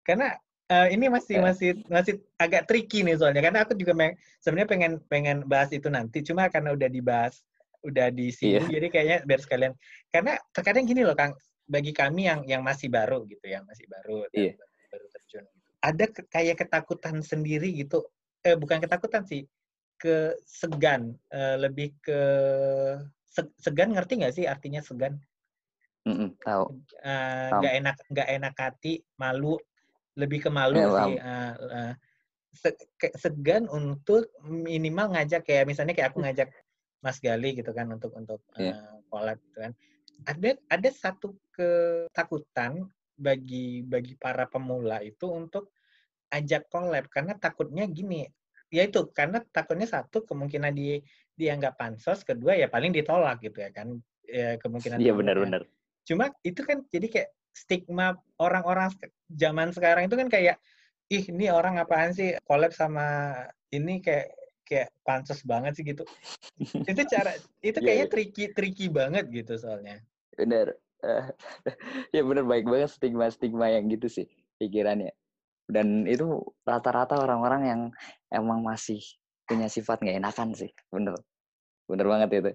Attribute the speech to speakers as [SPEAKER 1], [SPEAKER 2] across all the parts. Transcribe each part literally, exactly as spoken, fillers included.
[SPEAKER 1] Karena uh, ini masih
[SPEAKER 2] Eh,
[SPEAKER 1] masih masih agak tricky nih soalnya karena aku juga me- sebenarnya pengen pengen bahas itu nanti cuma karena udah dibahas udah disinggung
[SPEAKER 2] iya,
[SPEAKER 1] jadi kayaknya biar sekalian karena terkadang gini loh Kang bagi kami yang yang masih baru gitu ya masih baru dan
[SPEAKER 2] iya.
[SPEAKER 1] baru terjun gitu. Ada ke- kayak ketakutan sendiri gitu eh bukan ketakutan sih ke segan eh, lebih ke se- segan ngerti nggak sih artinya segan.
[SPEAKER 2] Mm-mm, tahu,
[SPEAKER 1] Eh,
[SPEAKER 2] paham.
[SPEAKER 1] nggak enak nggak enak hati malu lebih ke malu
[SPEAKER 2] Eh,
[SPEAKER 1] sih
[SPEAKER 2] paham.
[SPEAKER 1] eh, eh, se- ke- segan untuk minimal ngajak kayak misalnya kayak aku ngajak Mas Gali gitu kan untuk untuk
[SPEAKER 2] Iya.
[SPEAKER 1] uh, collab gitu kan. Ada ada satu ketakutan bagi bagi para pemula itu untuk ajak collab karena takutnya gini. Ya itu karena takutnya satu kemungkinan di dia nggak pansos, kedua ya paling ditolak gitu ya kan. Ya, kemungkinan
[SPEAKER 2] Iya,
[SPEAKER 1] banget ya.
[SPEAKER 2] benar-benar.
[SPEAKER 1] Cuma itu kan jadi kayak stigma orang-orang zaman sekarang itu kan kayak ih ini orang apaan sih collab sama ini kayak kayak pansos banget sih gitu. Itu cara itu
[SPEAKER 2] Iya,
[SPEAKER 1] kayaknya
[SPEAKER 2] iya.
[SPEAKER 1] tricky tricky banget gitu soalnya.
[SPEAKER 2] Benar. Eh, ya benar, baik banget stigma-stigma yang gitu sih pikirannya. Dan itu rata-rata orang-orang yang emang masih punya sifat nggak enakan sih. Bener. Bener banget itu.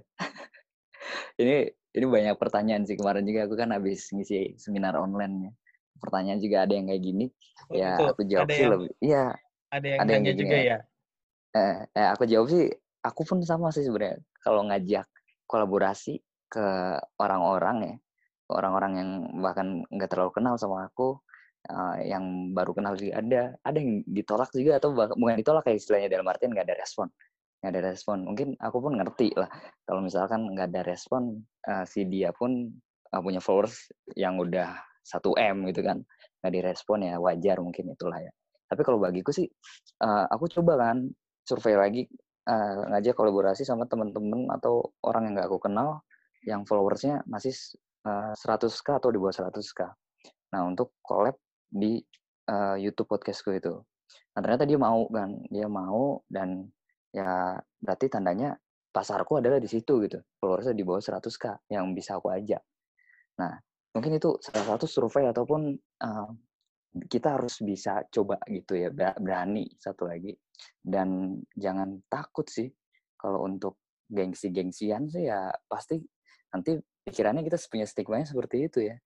[SPEAKER 2] Ini ini banyak pertanyaan sih, kemarin juga aku kan habis ngisi seminar online ya. Pertanyaan juga ada yang kayak gini.
[SPEAKER 1] Oh
[SPEAKER 2] Ya
[SPEAKER 1] gitu.
[SPEAKER 2] aku jawab
[SPEAKER 1] Ada
[SPEAKER 2] sih
[SPEAKER 1] yang
[SPEAKER 2] lebih. Iya,
[SPEAKER 1] ada yang
[SPEAKER 2] ada yang
[SPEAKER 1] nanya
[SPEAKER 2] kayak gini
[SPEAKER 1] juga
[SPEAKER 2] ya.
[SPEAKER 1] ya.
[SPEAKER 2] Eh, eh, aku jawab sih, aku pun sama sih sebenarnya. Kalau ngajak kolaborasi ke orang-orang ya, ke orang-orang yang bahkan nggak terlalu kenal sama aku, eh, yang baru kenal juga ada, ada yang ditolak juga atau bahkan bukan ditolak kayak istilahnya dalam artian nggak ada respon, nggak ada respon. Mungkin aku pun ngerti lah kalau misalkan nggak ada respon, eh, si dia pun eh, punya followers yang udah satu M gitu kan, nggak direspon ya wajar mungkin itulah ya. Tapi kalau bagiku sih, eh, aku coba kan survei lagi, uh, ngajak kolaborasi sama temen-temen atau orang yang nggak aku kenal yang followersnya masih uh, seratus k atau di bawah seratus k. Nah untuk collab di uh, YouTube podcastku itu. Nah ternyata dia mau kan, dia mau dan ya berarti tandanya pasarku adalah di situ gitu. Followersnya di bawah seratus k yang bisa aku ajak. Nah mungkin itu salah satu survei ataupun uh, kita harus bisa coba gitu ya, berani satu lagi. Dan jangan takut sih kalau untuk gengsi-gengsian sih ya pasti nanti pikirannya kita punya stigmanya seperti itu ya.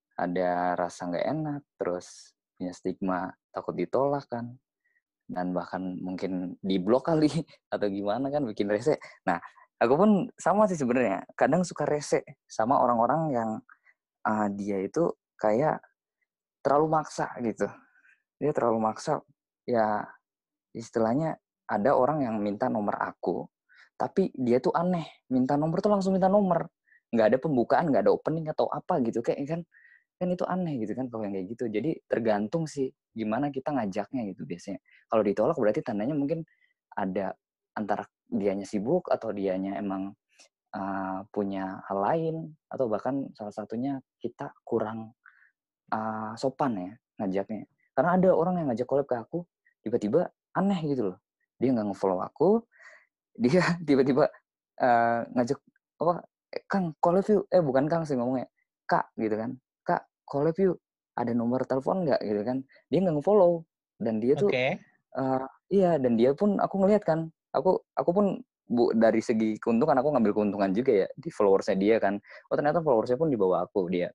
[SPEAKER 2] Ada rasa nggak enak, terus punya stigma takut ditolak kan, dan bahkan mungkin diblok kali atau gimana kan bikin rese. Nah, aku pun sama sih sebenarnya. Kadang suka rese sama orang-orang yang uh, dia itu kayak terlalu maksa gitu. Dia terlalu maksa, ya istilahnya ada orang yang minta nomor aku, tapi dia tuh aneh, minta nomor tuh langsung minta nomor. Nggak ada pembukaan, nggak ada opening atau apa gitu. Kayak kan, kan itu aneh gitu kan kalau yang kayak gitu. Jadi tergantung sih gimana kita ngajaknya gitu biasanya. Kalau ditolak berarti tandanya mungkin ada antara dianya sibuk atau dianya emang uh, punya hal lain, atau bahkan salah satunya kita kurang uh, sopan ya ngajaknya. Karena ada orang yang ngajak collab ke aku, tiba-tiba aneh gitu loh. Dia nggak nge-follow aku, dia tiba-tiba uh, ngajak apa, eh, Kang collab yuk, eh bukan Kang sih ngomongnya, Kak gitu kan, Kak collab yuk, ada nomor telepon nggak gitu kan. Dia nggak nge-follow dan dia tuh
[SPEAKER 1] Oke.
[SPEAKER 2] uh, iya, dan dia pun aku ngelihat kan, aku aku pun bu dari segi keuntungan aku ngambil keuntungan juga ya di followersnya dia kan. Oh ternyata followersnya pun di bawah aku dia,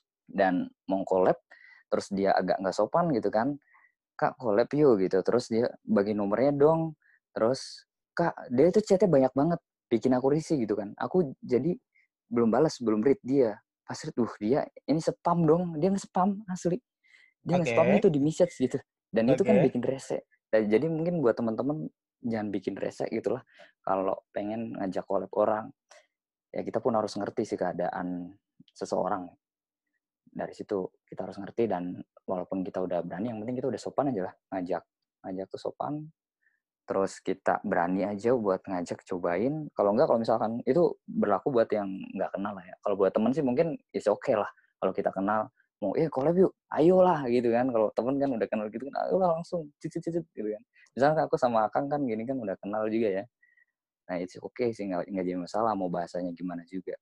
[SPEAKER 2] dan mau collab terus dia agak nggak sopan gitu kan, Kak collab yuk gitu, terus dia bagi nomornya dong, terus Kak dia itu chatnya banyak banget, bikin aku risih gitu kan. Aku jadi belum balas, belum read dia pas read, uh dia ini spam dong, dia nge-spam asli, dia nge-spam
[SPEAKER 1] Oke.
[SPEAKER 2] itu di message gitu, dan itu kan
[SPEAKER 1] Oke.
[SPEAKER 2] bikin rese. Dan jadi mungkin buat teman-teman jangan bikin rese gitulah kalau pengen ngajak collab orang, ya kita pun harus ngerti sih keadaan seseorang. Dari situ kita harus ngerti, dan walaupun kita udah berani, yang penting kita udah sopan aja lah ngajak, ngajak tuh sopan, terus kita berani aja buat ngajak cobain. Kalau enggak, kalau misalkan itu berlaku buat yang nggak kenal lah ya. Kalau buat temen sih mungkin is oke okay lah. Kalau kita kenal mau eh collab yuk, ayolah gitu kan. Kalau temen kan udah kenal gitu kan, ayolah langsung cicit cicit gitu kan. Misalnya aku sama Akang kan gini kan udah kenal juga ya. Nah itu oke okay sih, nggak nggak jadi masalah mau bahasanya gimana juga.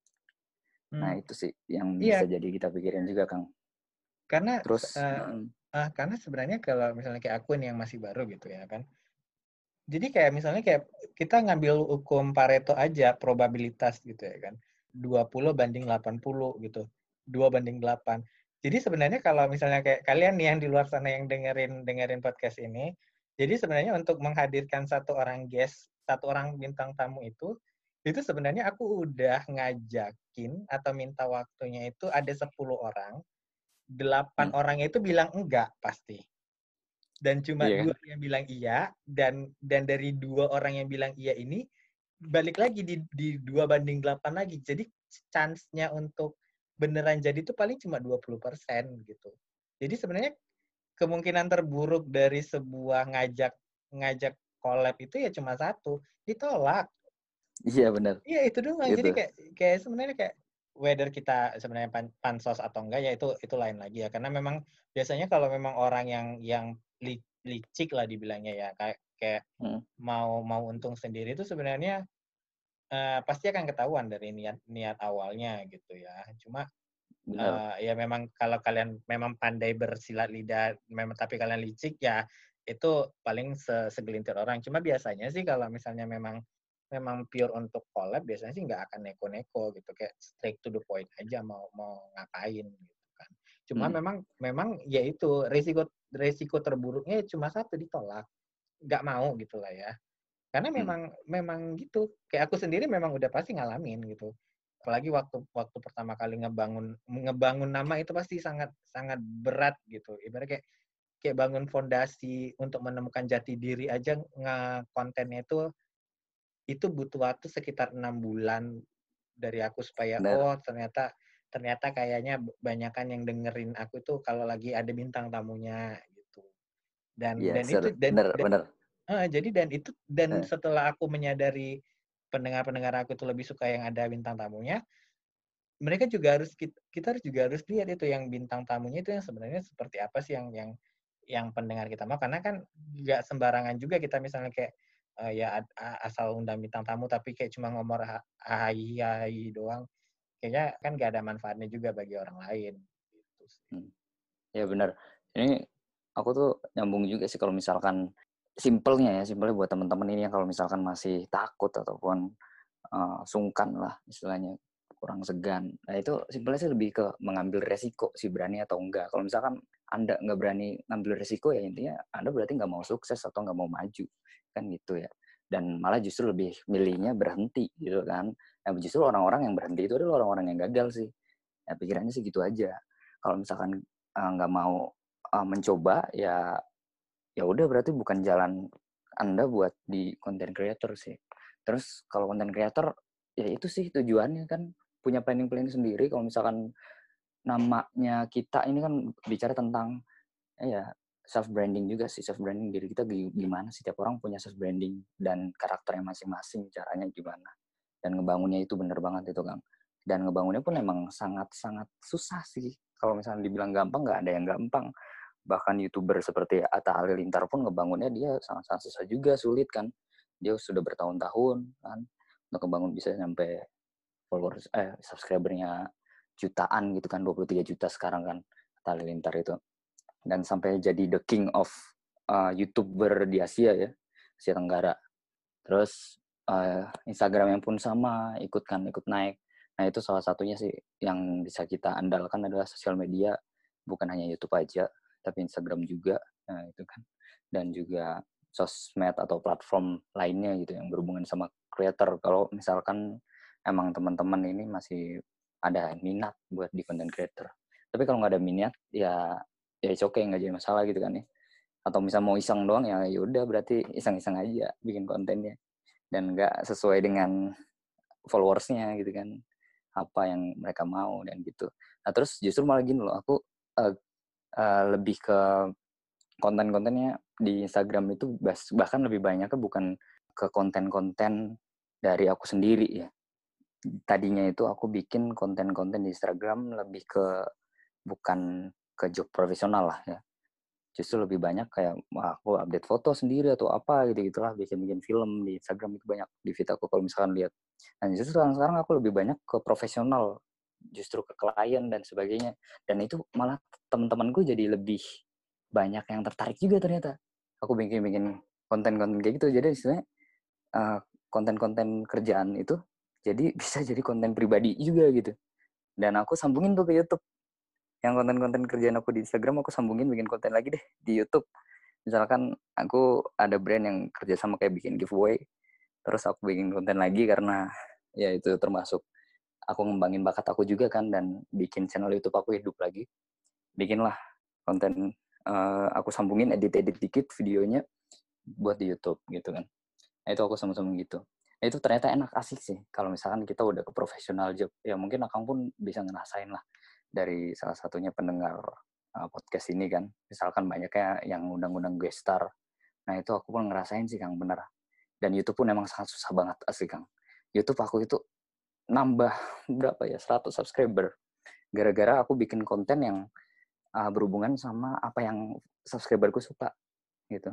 [SPEAKER 2] Nah
[SPEAKER 1] Hmm,
[SPEAKER 2] itu sih yang bisa
[SPEAKER 1] iya,
[SPEAKER 2] jadi kita pikirin juga Kang.
[SPEAKER 1] karena
[SPEAKER 2] Terus
[SPEAKER 1] uh,
[SPEAKER 2] mm,
[SPEAKER 1] Ah, karena sebenarnya kalau misalnya kayak aku nih yang masih baru gitu ya kan. Jadi kayak misalnya kayak kita ngambil hukum Pareto aja, probabilitas gitu ya kan. dua puluh banding delapan puluh gitu. dua banding delapan. Jadi sebenarnya kalau misalnya kayak kalian nih yang di luar sana yang dengerin dengerin podcast ini, jadi sebenarnya untuk menghadirkan satu orang guest, satu orang bintang tamu itu, itu sebenarnya aku udah ngajakin atau minta waktunya itu ada sepuluh orang, delapan
[SPEAKER 2] Hmm.
[SPEAKER 1] orangnya itu bilang enggak pasti. Dan cuma
[SPEAKER 2] Iya kan?
[SPEAKER 1] dua yang bilang iya, dan dan dari dua orang yang bilang iya ini, balik lagi di di dua banding delapan lagi. Jadi chance-nya untuk beneran jadi itu paling cuma dua puluh persen gitu. Jadi sebenarnya kemungkinan terburuk dari sebuah ngajak ngajak collab itu ya cuma satu, ditolak.
[SPEAKER 2] Iya benar.
[SPEAKER 1] Iya itu doang.
[SPEAKER 2] Itu.
[SPEAKER 1] Jadi kayak kayak sebenarnya kayak whether kita sebenarnya pan pansos atau enggak ya itu itu lain lagi ya. Karena memang biasanya kalau memang orang yang yang li licik lah dibilangnya ya, kayak kayak
[SPEAKER 2] Hmm,
[SPEAKER 1] mau mau untung sendiri itu sebenarnya, eee, pasti akan ketahuan dari niat niat awalnya gitu ya. Cuma,
[SPEAKER 2] benar.
[SPEAKER 1] eee, ya memang kalau kalian memang pandai bersilat lidah, memang tapi kalian licik ya itu paling se segelintir orang. Cuma biasanya sih kalau misalnya memang memang pure untuk collab biasanya sih nggak akan neko-neko gitu, kayak straight to the point aja mau mau ngapain gitu kan. Cuma
[SPEAKER 2] Hmm,
[SPEAKER 1] memang memang ya itu resiko resiko terburuknya ya cuma satu, ditolak, nggak mau gitulah ya. Karena
[SPEAKER 2] hmm.
[SPEAKER 1] memang memang gitu, kayak aku sendiri memang udah pasti ngalamin gitu. Apalagi waktu waktu pertama kali ngebangun ngebangun nama itu pasti sangat sangat berat gitu. Ibaratnya kayak kayak bangun fondasi untuk menemukan jati diri aja nge-kontennya itu itu butuh waktu sekitar enam bulan dari aku supaya,
[SPEAKER 2] Benar.
[SPEAKER 1] oh ternyata ternyata kayaknya banyakan yang dengerin aku tuh kalau lagi ada bintang tamunya gitu. Dan
[SPEAKER 2] Iya,
[SPEAKER 1] dan
[SPEAKER 2] ser.
[SPEAKER 1] itu dan
[SPEAKER 2] Benar,
[SPEAKER 1] dan
[SPEAKER 2] benar.
[SPEAKER 1] heeh, jadi dan itu dan
[SPEAKER 2] Eh,
[SPEAKER 1] setelah aku menyadari pendengar-pendengar aku itu lebih suka yang ada bintang tamunya, mereka juga harus kit kita harus juga harus lihat itu yang bintang tamunya itu yang sebenarnya seperti apa sih yang yang yang pendengar kita mau. Karena kan nggak sembarangan juga kita misalnya kayak, eee, ya ad a asal undang bintang tamu tapi kayak cuma ngomong ha hahi-hahi doang, kayaknya kan nggak ada manfaatnya juga bagi orang lain, gitu sih.
[SPEAKER 2] hmm. Ya benar. Ini aku tuh nyambung juga sih kalau misalkan simpelnya ya, simpelnya buat teman-teman ini yang kalau misalkan masih takut ataupun uh, sungkan lah istilahnya, kurang segan. Nah itu simpelnya sih lebih ke mengambil resiko sih, berani atau enggak. Kalau misalkan Anda nggak berani ngambil resiko ya intinya Anda berarti nggak mau sukses atau nggak mau maju kan gitu ya. Dan malah justru lebih milihnya berhenti gitu kan. Nah justru orang-orang yang berhenti itu adalah orang-orang yang gagal sih. Ya pikirannya sih gitu aja. Kalau misalkan uh, nggak mau uh, mencoba ya ya udah berarti bukan jalan Anda buat di content creator sih. Terus kalau content creator ya itu sih tujuannya kan punya planning-planning sendiri. Kalau misalkan namanya kita ini kan bicara tentang eh, ya self branding juga sih, self branding diri kita gimana sih, tiap orang punya self branding dan karakternya masing-masing, caranya gimana. Dan ngebangunnya itu bener banget itu Kang. Dan ngebangunnya pun emang sangat-sangat susah sih. Kalau misalnya dibilang gampang, nggak ada yang gampang. Bahkan YouTuber seperti Atta Halilintar pun ngebangunnya dia sangat-sangat susah juga, sulit kan. Dia sudah bertahun-tahun kan untuk ngebangun bisa sampai followers eh subscribernya jutaan gitu kan, dua puluh tiga juta sekarang kan Atta Halilintar itu. Dan sampai jadi the king of uh, YouTuber di Asia ya, Asia Tenggara. Terus uh, Instagram yang pun sama, ikut kan, ikut naik. Nah itu salah satunya sih yang bisa kita andalkan adalah sosial media, bukan hanya YouTube aja, tapi Instagram juga. Nah itu kan. Dan juga sosmed atau platform lainnya gitu yang berhubungan sama creator. Kalau misalkan emang teman-teman ini masih ada minat buat di content creator. Tapi kalau nggak ada minat, ya ya it's okay, nggak jadi masalah gitu kan ya. Atau misal mau iseng doang ya yaudah berarti iseng-iseng aja bikin kontennya dan nggak sesuai dengan followersnya gitu kan, apa yang mereka mau dan gitu. Nah terus justru malah gini loh, aku uh, uh, lebih ke konten-kontennya di Instagram itu bahkan lebih banyak ke bukan ke konten-konten dari aku sendiri ya. Tadinya itu aku bikin konten-konten di Instagram lebih ke bukan ke job profesional lah ya, justru lebih banyak kayak wah, aku update foto sendiri atau apa gitu gitulah, bikin bikin film di Instagram itu banyak di feed aku kalau misalkan lihat. Dan justru sekarang sekarang aku lebih banyak ke profesional, justru ke klien dan sebagainya. Dan itu malah teman-temanku jadi lebih banyak yang tertarik juga ternyata. Aku bikin-bikin konten-konten kayak gitu. Jadi istilahnya uh, konten-konten kerjaan itu jadi bisa jadi konten pribadi juga gitu. Dan aku sambungin tuh ke YouTube. Yang konten-konten kerjaan aku di Instagram aku sambungin bikin konten lagi deh di YouTube. Misalkan aku ada brand yang kerja sama kayak bikin giveaway, terus aku bikin konten lagi karena ya itu termasuk aku ngembangin bakat aku juga kan, dan bikin channel YouTube aku hidup lagi. Bikinlah konten, uh, aku sambungin edit-edit dikit videonya buat di YouTube gitu kan. Nah, itu aku sambung-sambung gitu. Nah, itu ternyata enak, asik sih. Kalau misalkan kita udah ke profesional job, ya mungkin Akang pun bisa ngerasain lah dari salah satunya pendengar uh, podcast ini kan. Misalkan banyaknya yang undang-undang guest star. Nah, itu aku pun ngerasain sih Kang, bener. Dan YouTube pun emang sangat susah banget asli Kang. YouTube aku itu nambah berapa ya, seratus subscriber. Gara-gara aku bikin konten yang uh, berhubungan sama apa yang subscriberku suka gitu.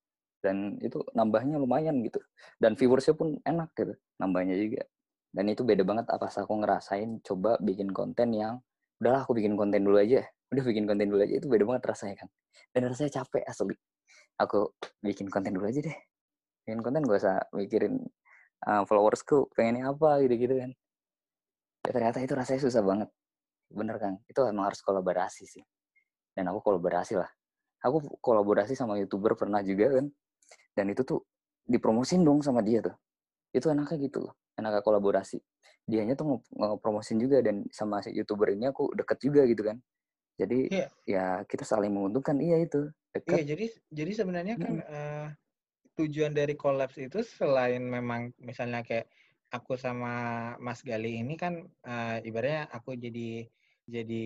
[SPEAKER 2] Dan itu nambahnya lumayan gitu. Dan viewersnya pun enak gitu, nambahnya juga. Dan itu beda banget apa aku ngerasain coba bikin konten yang, udahlah aku bikin konten dulu aja. Udah bikin konten dulu aja, itu beda banget rasanya kan. Dan rasanya capek asli. Aku bikin konten dulu aja deh. Bikin konten gak usah mikirin uh, followersku pengennya apa gitu-gitu kan. Ya, ternyata itu rasanya susah banget. Bener kan? Itu emang harus kolaborasi sih. Dan aku kolaborasi lah. Aku kolaborasi sama YouTuber pernah juga kan. Dan itu tuh dipromosin dong sama dia tuh. Itu enaknya gitu loh. Enaknya kolaborasi. Dianya tuh ngepromosin juga, dan sama si YouTuber ini aku deket juga gitu kan. Jadi
[SPEAKER 1] Iya,
[SPEAKER 2] ya kita saling menguntungkan. Iya itu.
[SPEAKER 1] iya.
[SPEAKER 2] Deket.
[SPEAKER 1] Jadi jadi sebenarnya kan
[SPEAKER 2] Mm-mm.
[SPEAKER 1] uh, tujuan dari collabs itu selain memang misalnya kayak aku sama Mas Gali ini kan uh, ibaratnya aku jadi jadi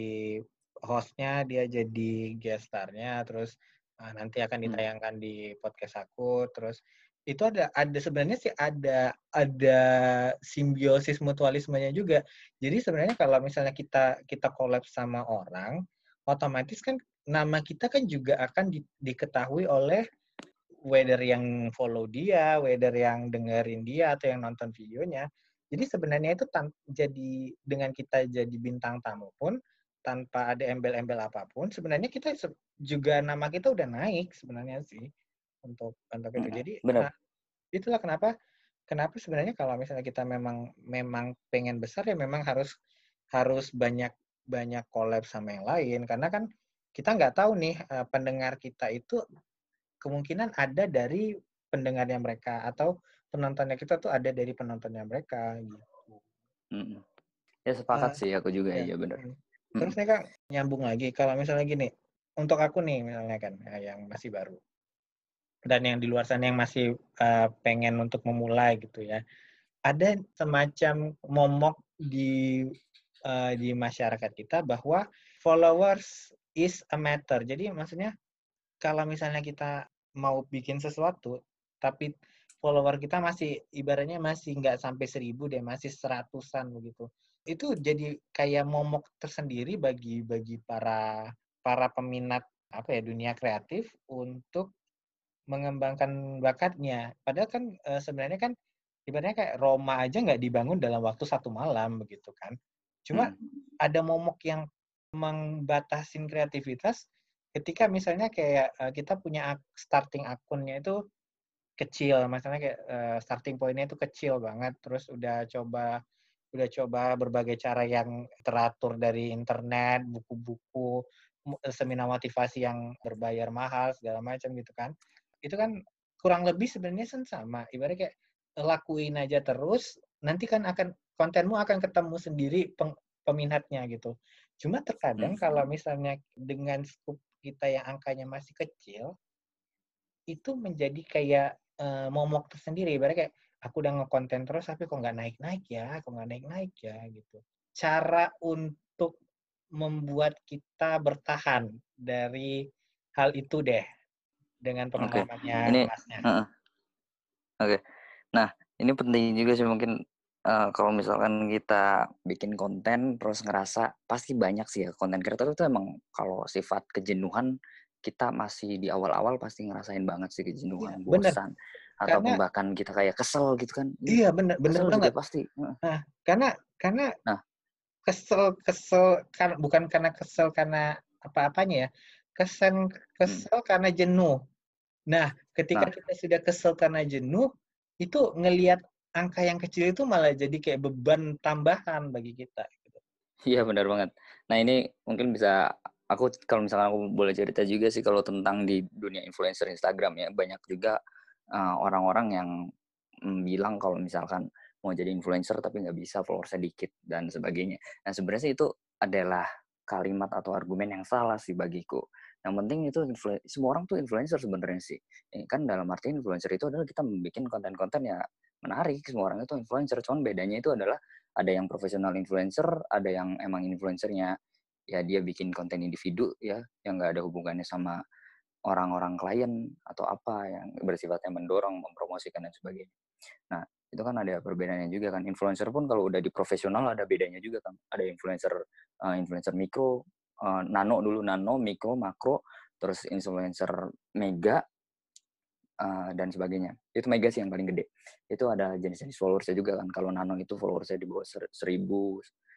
[SPEAKER 1] hostnya, dia jadi guest star-nya, terus uh, nanti akan
[SPEAKER 2] Mm.
[SPEAKER 1] ditayangkan di podcast aku, terus itu ada ada sebenarnya sih ada ada simbiosis mutualismenya juga. Jadi sebenarnya kalau misalnya kita kita collab sama orang, otomatis kan nama kita kan juga akan di, diketahui oleh whether yang follow dia, whether yang dengerin dia atau yang nonton videonya. Jadi sebenarnya itu tan- jadi dengan kita jadi bintang tamu pun tanpa ada embel-embel apapun, sebenarnya kita se- juga nama kita udah naik sebenarnya sih untuk untuk itu.
[SPEAKER 2] Mm.
[SPEAKER 1] Jadi
[SPEAKER 2] Bener.
[SPEAKER 1] uh, itulah kenapa kenapa sebenarnya kalau misalnya kita memang memang pengen besar ya memang harus harus banyak banyak collab sama yang lain karena kan kita nggak tahu nih uh, pendengar kita itu kemungkinan ada dari pendengarnya mereka atau penontonnya kita tuh ada dari penontonnya mereka gitu.
[SPEAKER 2] Mm. Ya sepakat
[SPEAKER 1] Uh,
[SPEAKER 2] sih aku juga,
[SPEAKER 1] ya.
[SPEAKER 2] iya bener.
[SPEAKER 1] Hmm.
[SPEAKER 2] Mm.
[SPEAKER 1] Terus nih Kang, nyambung lagi kalau misalnya gini, untuk aku nih misalnya kan ya, yang masih baru dan yang di luar sana yang masih uh, pengen untuk memulai gitu ya. Ada semacam momok di uh, di masyarakat kita bahwa followers is a matter. Jadi maksudnya kalau misalnya kita mau bikin sesuatu, tapi follower kita masih ibaratnya masih nggak sampai seribu deh, masih seratusan begitu. Itu jadi kayak momok tersendiri bagi bagi para para peminat apa ya dunia kreatif untuk mengembangkan bakatnya. Padahal kan e, sebenarnya kan ibaratnya kayak Roma aja nggak dibangun dalam waktu satu malam begitu kan. Cuma
[SPEAKER 2] Mm.
[SPEAKER 1] ada momok yang membatasin kreativitas ketika misalnya kayak uh, kita punya starting akunnya itu kecil, misalnya kayak uh, starting point-nya itu kecil banget, terus udah coba udah coba berbagai cara yang teratur dari internet, buku-buku, seminar motivasi yang berbayar mahal segala macam gitu kan. Itu kan kurang lebih sebenarnya sama. Ibaratnya kayak lakuin aja terus, nanti kan akan kontenmu akan ketemu sendiri peng, peminatnya gitu. Cuma terkadang
[SPEAKER 2] Mm.
[SPEAKER 1] kalau misalnya dengan scoop kita yang angkanya masih kecil, itu menjadi kayak uh, momok tersendiri. Ibaratnya kayak aku udah ngekonten terus tapi kok nggak naik-naik ya, kok nggak naik-naik ya gitu. Cara untuk membuat kita bertahan dari hal itu deh dengan
[SPEAKER 2] Oke.
[SPEAKER 1] pengalamannya
[SPEAKER 2] Ini
[SPEAKER 1] Masnya.
[SPEAKER 2] uh, oke. Nah, ini penting juga sih mungkin uh, kalau misalkan kita bikin konten terus ngerasa pasti banyak sih ya konten kreator itu emang kalau sifat kejenuhan kita masih di awal-awal pasti ngerasain banget sih
[SPEAKER 1] Iya,
[SPEAKER 2] kejenuhan,
[SPEAKER 1] bener.
[SPEAKER 2] bosan, ataupun
[SPEAKER 1] Karena
[SPEAKER 2] bahkan kita kayak kesel gitu kan. Iya,
[SPEAKER 1] iya bener bener
[SPEAKER 2] kesel juga
[SPEAKER 1] banget.
[SPEAKER 2] pasti. Uh.
[SPEAKER 1] Nah, karena karena
[SPEAKER 2] Nah,
[SPEAKER 1] kesel kesel karena bukan karena kesel karena apa-apanya ya, kesan
[SPEAKER 2] Hmm.
[SPEAKER 1] kesel karena jenuh. Nah, ketika
[SPEAKER 2] Nah,
[SPEAKER 1] kita sudah kesel karena jenuh, itu ngelihat angka yang kecil itu malah jadi kayak beban tambahan bagi kita, gitu.
[SPEAKER 2] iya benar banget. Nah ini mungkin bisa aku kalau misalkan aku boleh cerita juga sih kalau tentang di dunia influencer Instagram ya banyak juga uh, orang-orang yang mm, bilang kalau misalkan mau jadi influencer tapi nggak bisa followersnya dikit dan sebagainya. Nah sebenarnya sih itu adalah kalimat atau argumen yang salah sih bagiku. Yang penting itu influ- semua orang tuh influencer sebenarnya sih. Eh, kan dalam arti influencer itu adalah kita membuat konten-konten ya menarik. Semua orang itu influencer. Cuman bedanya itu adalah ada yang profesional influencer, ada yang emang influencernya ya dia bikin konten individu ya, yang nggak ada hubungannya sama orang-orang klien atau apa yang bersifatnya mendorong, mempromosikan dan sebagainya. Nah, itu kan ada perbedaannya juga kan. Influencer pun kalau udah di profesional ada bedanya juga kan. Ada influencer uh, influencer mikro, uh, nano dulu, nano, mikro, makro, terus influencer mega, uh, dan sebagainya. Itu mega sih yang paling gede. Itu ada jenis-jenis followersnya juga kan. Kalau nano itu followersnya di bawah seribu,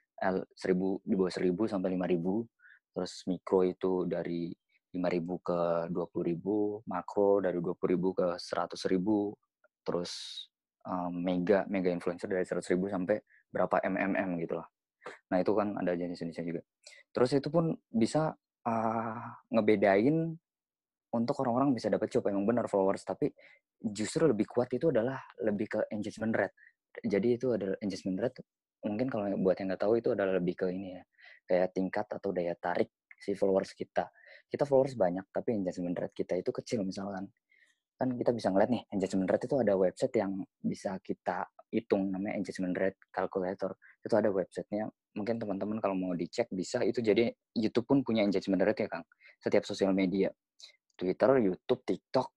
[SPEAKER 2] seribu di bawah seribu sampai lima ribu. Terus mikro itu dari lima ribu ke dua puluh ribu, makro dari dua puluh ribu ke seratus ribu, terus um, mega mega influencer dari seratus ribu sampai berapa mmm gitu lah. Nah itu kan ada jenis-jenisnya juga. Terus itu pun bisa uh, ngebedain untuk orang-orang bisa dapat job emang benar followers, tapi justru lebih kuat itu adalah lebih ke engagement rate. Jadi itu adalah engagement rate, mungkin kalau buat yang nggak tahu itu adalah lebih ke ini ya, kayak tingkat atau daya tarik si followers kita. Kita followers banyak tapi engagement rate kita itu kecil misalkan. Kan kita bisa ngeliat nih engagement rate itu ada website yang bisa kita hitung namanya engagement rate calculator. Itu ada websitenya, mungkin teman-teman kalau mau dicek bisa. Itu jadi YouTube pun punya engagement rate ya Kang, setiap sosial media, Twitter, YouTube, TikTok,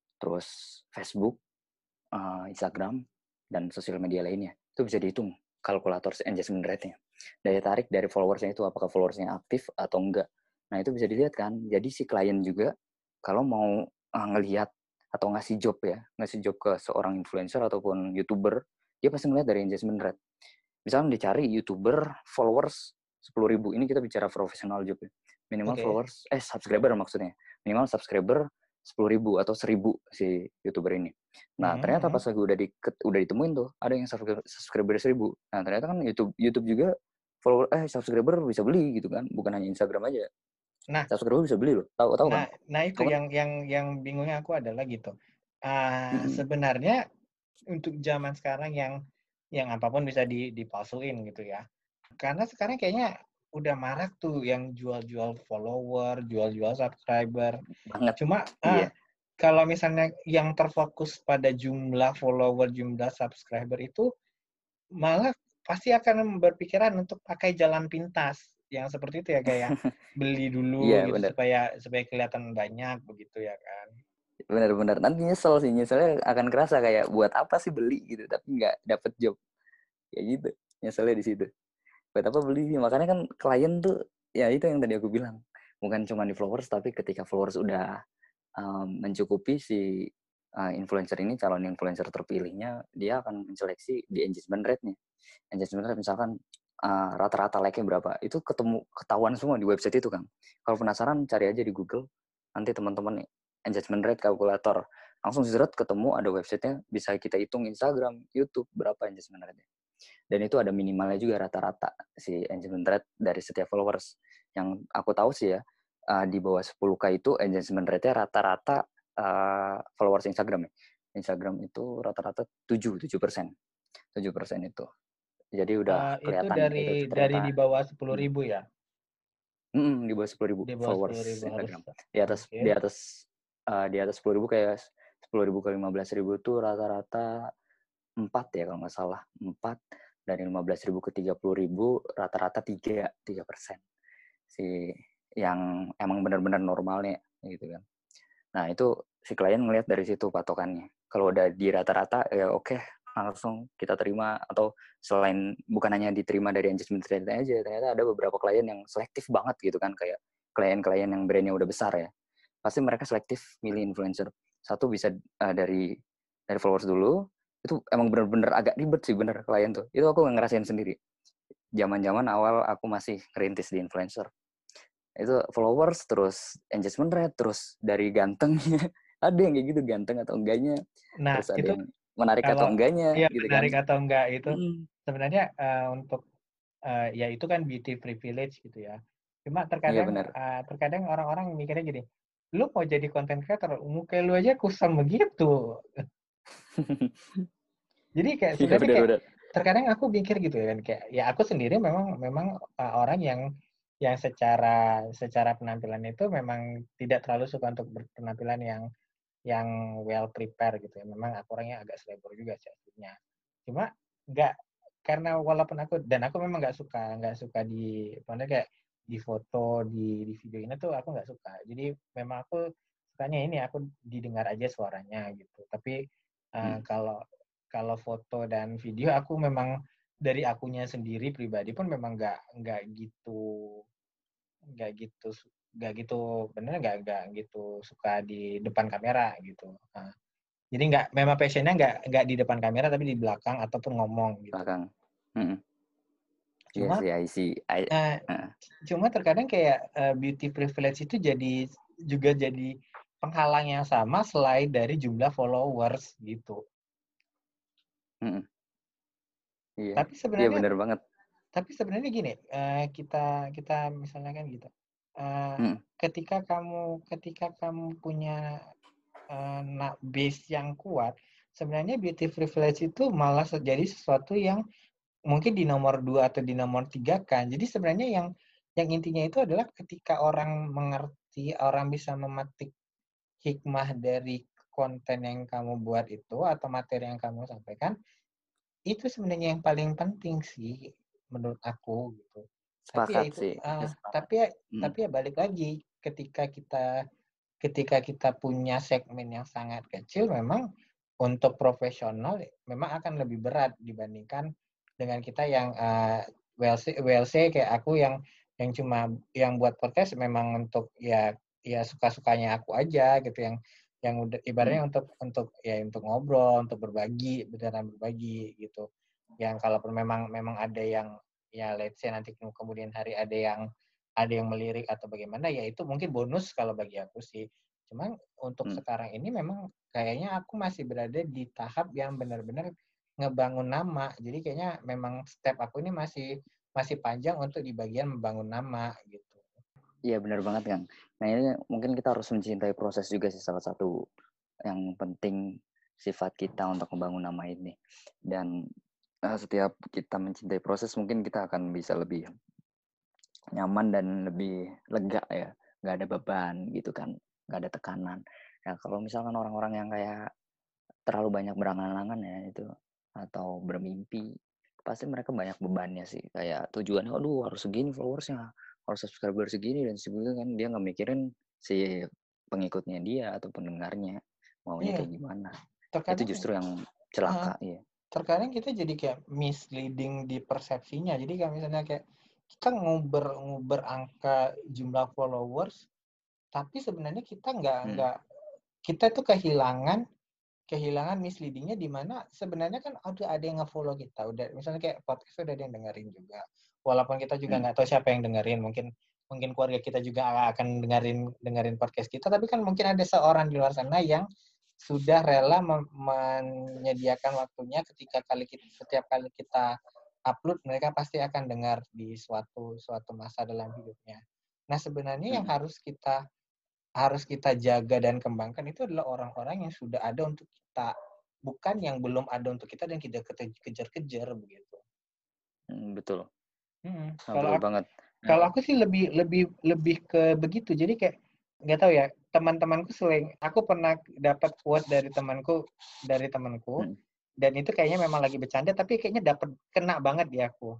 [SPEAKER 2] terus Facebook, uh, Instagram, dan sosial media lainnya. Itu bisa dihitung kalkulator engagement rate-nya. Daya tarik dari followersnya itu apakah followersnya aktif atau enggak. Nah itu bisa dilihat kan. Jadi si klien juga kalau mau uh, ngelihat atau ngasih job ya, ngasih job ke seorang influencer ataupun YouTuber, dia pasti ngelihat dari engagement rate. Misalnya dicari YouTuber followers sepuluh ribu, ini kita bicara profesional job ya. Minimal
[SPEAKER 1] Oke.
[SPEAKER 2] followers, eh subscriber maksudnya. Minimal subscriber sepuluh ribu atau seribu si YouTuber ini. Nah,
[SPEAKER 1] Mhm,
[SPEAKER 2] ternyata pas
[SPEAKER 1] mhm.
[SPEAKER 2] lagi udah di udah ditemuin tuh, ada yang subscriber seribu. Nah, ternyata kan YouTube YouTube juga follower eh subscriber bisa beli gitu kan, bukan hanya Instagram aja.
[SPEAKER 1] Nah
[SPEAKER 2] Subscriber bisa beli loh. Tahu tahu kan?
[SPEAKER 1] nah nah itu
[SPEAKER 2] Tahu kan?
[SPEAKER 1] yang yang yang bingungnya aku adalah gitu, ah,
[SPEAKER 2] Mm-mm.
[SPEAKER 1] sebenarnya untuk zaman sekarang yang yang apapun bisa di dipalsuin gitu ya. Karena sekarang kayaknya udah marak tuh yang jual-jual follower, jual-jual subscriber.
[SPEAKER 2] Banget.
[SPEAKER 1] Cuma,
[SPEAKER 2] Iya.
[SPEAKER 1] ah, kalau misalnya yang terfokus pada jumlah follower, jumlah subscriber itu malah pasti akan berpikiran untuk pakai jalan pintas, yang seperti itu ya, kayak beli dulu
[SPEAKER 2] Iya,
[SPEAKER 1] gitu
[SPEAKER 2] benar.
[SPEAKER 1] supaya supaya kelihatan banyak begitu ya kan.
[SPEAKER 2] Benar-benar nanti nyesel sih, nyeselnya akan kerasa kayak buat apa sih beli gitu tapi nggak dapet job kayak gitu, nyeselnya di situ. Buat apa beli? Makanya kan klien tuh ya itu yang tadi aku bilang, bukan cuma di followers tapi ketika followers udah um, mencukupi si uh, influencer ini, calon influencer terpilihnya, dia akan menseleksi di engagement rate-nya. Engagement rate misalkan uh, rata-rata like-nya berapa, itu ketemu ketahuan semua di website itu kan. Kalau penasaran cari aja di Google, nanti teman-teman engagement rate calculator langsung seret ketemu ada websitenya, bisa kita hitung Instagram, YouTube berapa engagement rate-nya. Dan itu ada minimalnya juga rata-rata si engagement rate dari setiap followers. Yang aku tahu sih ya, uh, di bawah sepuluh K itu engagement rate-nya rata-rata uh, followers Instagram ya. Instagram itu rata-rata tujuh, tujuh persen. tujuh persen itu. Jadi
[SPEAKER 1] Eee,
[SPEAKER 2] udah
[SPEAKER 1] itu
[SPEAKER 2] kelihatan
[SPEAKER 1] dari
[SPEAKER 2] itu
[SPEAKER 1] dari
[SPEAKER 2] ternyata
[SPEAKER 1] di bawah sepuluh
[SPEAKER 2] hmm,
[SPEAKER 1] ribu ya?
[SPEAKER 2] hmm, di bawah sepuluh ribu
[SPEAKER 1] Di bawah sepuluh
[SPEAKER 2] followers
[SPEAKER 1] ribu harus,
[SPEAKER 2] Instagram. Di atas
[SPEAKER 1] oke.
[SPEAKER 2] di atas uh, di atas sepuluh ribu kayak sepuluh ribu ke lima belas ribu tuh rata-rata empat ya kalau nggak salah. Empat, dari lima belas ribu ke tiga puluh ribu rata-rata tiga, tiga persen. Si yang emang benar-benar normalnya gitu kan. Nah, itu si klien ngelihat dari situ patokannya. Kalau udah di rata-rata ya oke, langsung kita terima. Atau selain bukan hanya diterima dari engagement rate aja, ternyata ada beberapa klien yang selektif banget gitu kan, kayak klien-klien yang brandnya udah besar ya. Pasti mereka selektif milih influencer. Satu bisa uh, dari dari followers dulu, itu emang bener-bener agak ribet sih bener klien tuh. Itu aku ngerasain sendiri. Zaman-zaman awal aku masih ngerintis di influencer. Itu followers, terus engagement rate, terus dari gantengnya. Ada yang kayak gitu, ganteng atau enggaknya.
[SPEAKER 1] Nah,
[SPEAKER 2] Terus ada
[SPEAKER 1] itu
[SPEAKER 2] yang menarik atau
[SPEAKER 1] kalau
[SPEAKER 2] enggaknya
[SPEAKER 1] ya
[SPEAKER 2] gitu kan.
[SPEAKER 1] menarik atau enggak itu
[SPEAKER 2] Mm-mm.
[SPEAKER 1] sebenarnya uh, untuk uh, ya itu kan beauty privilege gitu ya. Cuma
[SPEAKER 2] Iya
[SPEAKER 1] terkadang
[SPEAKER 2] benar.
[SPEAKER 1] uh, terkadang orang-orang mikirnya gini, lu mau jadi content creator, muka lu aja kusam begitu. Jadi kayak
[SPEAKER 2] Iya
[SPEAKER 1] sebenarnya kayak
[SPEAKER 2] benar-benar.
[SPEAKER 1] terkadang aku pikir gitu ya kan kayak ya aku sendiri memang memang uh, orang yang yang secara secara penampilan itu memang tidak terlalu suka untuk berpenampilan yang yang well prepare gitu ya. Memang aku orangnya agak selebor juga sih aslinya. Cuma nggak karena walaupun aku dan aku memang nggak suka nggak suka di mana kayak di foto di di video ini tuh aku nggak suka. Jadi memang aku sukanya ini aku didengar aja suaranya gitu. Tapi uh,
[SPEAKER 2] Hmm.
[SPEAKER 1] kalau kalau foto dan video aku memang dari akunya sendiri pribadi pun memang nggak nggak gitu nggak gitu nggak gitu bener nggak nggak gitu suka di depan kamera gitu. Nah, jadi nggak memang passionnya nggak nggak di depan kamera tapi di belakang ataupun ngomong gitu.
[SPEAKER 2] Belakang. Mm-mm. Iya
[SPEAKER 1] Cuma
[SPEAKER 2] sih, I see. I,
[SPEAKER 1] uh,
[SPEAKER 2] uh,
[SPEAKER 1] cuma terkadang kayak uh, beauty privilege itu jadi juga jadi penghalang yang sama selain dari jumlah followers gitu.
[SPEAKER 2] mm-mm. Iya,
[SPEAKER 1] Tapi
[SPEAKER 2] iya
[SPEAKER 1] sebenarnya
[SPEAKER 2] benar banget.
[SPEAKER 1] tapi sebenarnya gini, uh, kita kita misalnya kan gitu. Uh,
[SPEAKER 2] Mm-mm.
[SPEAKER 1] ketika kamu ketika kamu punya uh, nah, base yang kuat, sebenarnya beauty privilege itu malah jadi sesuatu yang mungkin di nomor dua atau di nomor tiga kan. Jadi sebenarnya yang yang intinya itu adalah ketika orang mengerti, orang bisa memetik hikmah dari konten yang kamu buat itu atau materi yang kamu sampaikan, itu sebenarnya yang paling penting sih menurut aku gitu. Tapi ya
[SPEAKER 2] Sepakat
[SPEAKER 1] itu,
[SPEAKER 2] sih. Saya
[SPEAKER 1] uh,
[SPEAKER 2] sepakat.
[SPEAKER 1] tapi ya
[SPEAKER 2] Mm.
[SPEAKER 1] tapi ya balik lagi ketika kita ketika kita punya segmen yang sangat kecil, memang untuk profesional memang akan lebih berat dibandingkan dengan kita yang uh, W L C, W L C kayak aku yang yang cuma yang buat podcast memang untuk ya ya suka-sukanya aku aja gitu yang yang udah
[SPEAKER 2] Mm.
[SPEAKER 1] ibaratnya untuk untuk ya untuk ngobrol, untuk berbagi, beneran berbagi gitu. Yang kalaupun memang memang ada yang ya let's say nanti kemudian hari ada yang ada yang melirik atau bagaimana ya itu mungkin bonus kalau bagi aku sih. Cuman untuk
[SPEAKER 2] Mm.
[SPEAKER 1] sekarang ini memang kayaknya aku masih berada di tahap yang benar-benar ngebangun nama. Jadi kayaknya memang step aku ini masih masih panjang untuk di bagian membangun nama gitu.
[SPEAKER 2] Iya benar banget Kang. Nah ini mungkin kita harus mencintai proses juga sih, salah satu yang penting sifat kita untuk membangun nama ini. Dan uh, setiap kita mencintai proses mungkin kita akan bisa lebih nyaman dan lebih lega ya, nggak ada beban gitu kan, nggak ada tekanan. Nah kalau misalkan orang-orang yang kayak terlalu banyak berangan-angan ya itu atau bermimpi, pasti mereka banyak bebannya sih, kayak tujuannya aduh harus segini followersnya, harus subscriber segini dan sebagainya kan, dia nggak mikirin si pengikutnya dia atau pendengarnya maunya
[SPEAKER 1] Iya,
[SPEAKER 2] kayak gimana. Itu
[SPEAKER 1] terkadang
[SPEAKER 2] justru yang
[SPEAKER 1] uh,
[SPEAKER 2] celaka ya.
[SPEAKER 1] terkadang kita jadi kayak misleading di persepsinya. Jadi kalau misalnya kayak kita nguber nguber angka jumlah followers, tapi sebenarnya kita nggak
[SPEAKER 2] Hmm.
[SPEAKER 1] nggak kita tuh kehilangan kehilangan misleadingnya di mana sebenarnya kan udah ada yang nge-follow kita udah misalnya kayak podcast udah ada yang dengerin juga walaupun kita juga
[SPEAKER 2] Hmm.
[SPEAKER 1] nggak tahu siapa yang dengerin mungkin mungkin keluarga kita juga akan dengerin dengerin podcast kita tapi kan mungkin ada seorang di luar sana yang sudah rela menyediakan waktunya ketika kali kita, setiap kali kita upload mereka pasti akan dengar di suatu suatu masa dalam hidupnya. Nah sebenarnya yang
[SPEAKER 2] Hmm.
[SPEAKER 1] harus kita harus kita jaga dan kembangkan itu adalah orang-orang yang sudah ada untuk kita, bukan yang belum ada untuk kita dan kita kejar-kejar begitu.
[SPEAKER 2] Hmm, betul.
[SPEAKER 1] Hmm.
[SPEAKER 2] Oh,
[SPEAKER 1] Kalau
[SPEAKER 2] betul
[SPEAKER 1] aku,
[SPEAKER 2] banget. Nah,
[SPEAKER 1] kalau aku sih lebih lebih lebih ke begitu. Jadi kayak nggak tahu ya teman-temanku sering, aku pernah dapat quote dari temanku dari temanku
[SPEAKER 2] hmm.
[SPEAKER 1] dan itu kayaknya memang lagi bercanda tapi kayaknya dapat kena banget di aku.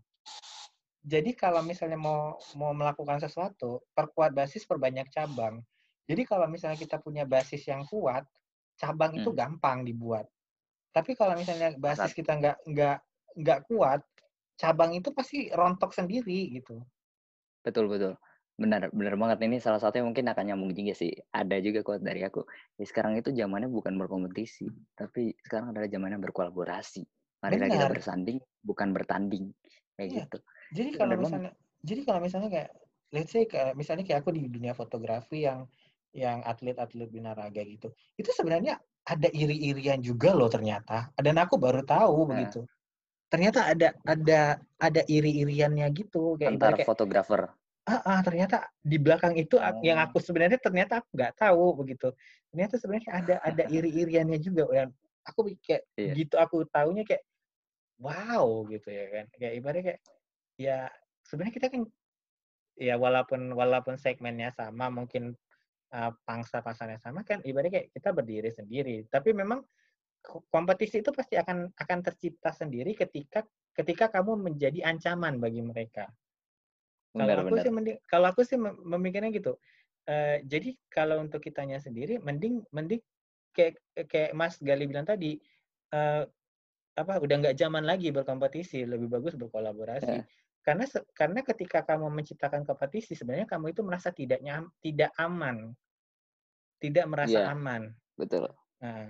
[SPEAKER 1] Jadi kalau misalnya mau mau melakukan sesuatu, perkuat basis, perbanyak cabang. Jadi kalau misalnya kita punya basis yang kuat, cabang itu
[SPEAKER 2] Hmm.
[SPEAKER 1] gampang dibuat. Tapi kalau misalnya basis
[SPEAKER 2] Sepakat.
[SPEAKER 1] kita nggak nggak nggak kuat, cabang itu pasti rontok sendiri gitu.
[SPEAKER 2] Betul betul. Benar benar banget, ini salah satunya mungkin akan nyambung juga sih. Ada juga quote dari aku. Ya, sekarang itu zamannya bukan berkompetisi, tapi sekarang adalah zamannya berkolaborasi. Marilah kita
[SPEAKER 1] Benar.
[SPEAKER 2] bersanding, bukan bertanding. Kayak
[SPEAKER 1] Iya.
[SPEAKER 2] gitu.
[SPEAKER 1] Jadi
[SPEAKER 2] Itu
[SPEAKER 1] kalau
[SPEAKER 2] benar banget.
[SPEAKER 1] misalnya jadi kalau misalnya kayak let's say kayak misalnya kayak aku di dunia fotografi yang yang atlet-atlet binaraga gitu. Itu sebenarnya ada iri-irian juga loh ternyata. Dan aku baru tahu
[SPEAKER 2] Heeh.
[SPEAKER 1] begitu. Ternyata ada ada ada iri-iriannya gitu kayak
[SPEAKER 2] Antar
[SPEAKER 1] ibarat kayak
[SPEAKER 2] fotografer.
[SPEAKER 1] ah, ah, ternyata di belakang itu yang
[SPEAKER 2] Oh.
[SPEAKER 1] aku sebenarnya ternyata aku nggak tahu begitu. Ternyata sebenarnya ada ada iri-iriannya juga yang aku kayak
[SPEAKER 2] Iya.
[SPEAKER 1] begitu aku tahunya kayak wow gitu ya kan. Kayak ibaratnya kayak ya sebenarnya kita kan ya walaupun walaupun segmennya sama mungkin uh, pangsa pasarnya sama kan ibaratnya kayak kita berdiri sendiri. Tapi memang kompetisi itu pasti akan akan tercipta sendiri ketika ketika kamu menjadi ancaman bagi mereka. Kalau aku sih
[SPEAKER 2] Benar-benar.
[SPEAKER 1] mending kalau aku sih memikirnya gitu. Eee, jadi kalau untuk kitanya sendiri mending mending kayak kayak Mas Gali bilang tadi, eee, apa, udah nggak zaman lagi berkompetisi, lebih bagus berkolaborasi.
[SPEAKER 2] Heeh.
[SPEAKER 1] Karena se karena ketika kamu menciptakan kompetisi sebenarnya kamu itu merasa tidak nyam tidak aman, tidak merasa
[SPEAKER 2] Iya,
[SPEAKER 1] aman.
[SPEAKER 2] betul.
[SPEAKER 1] Nah,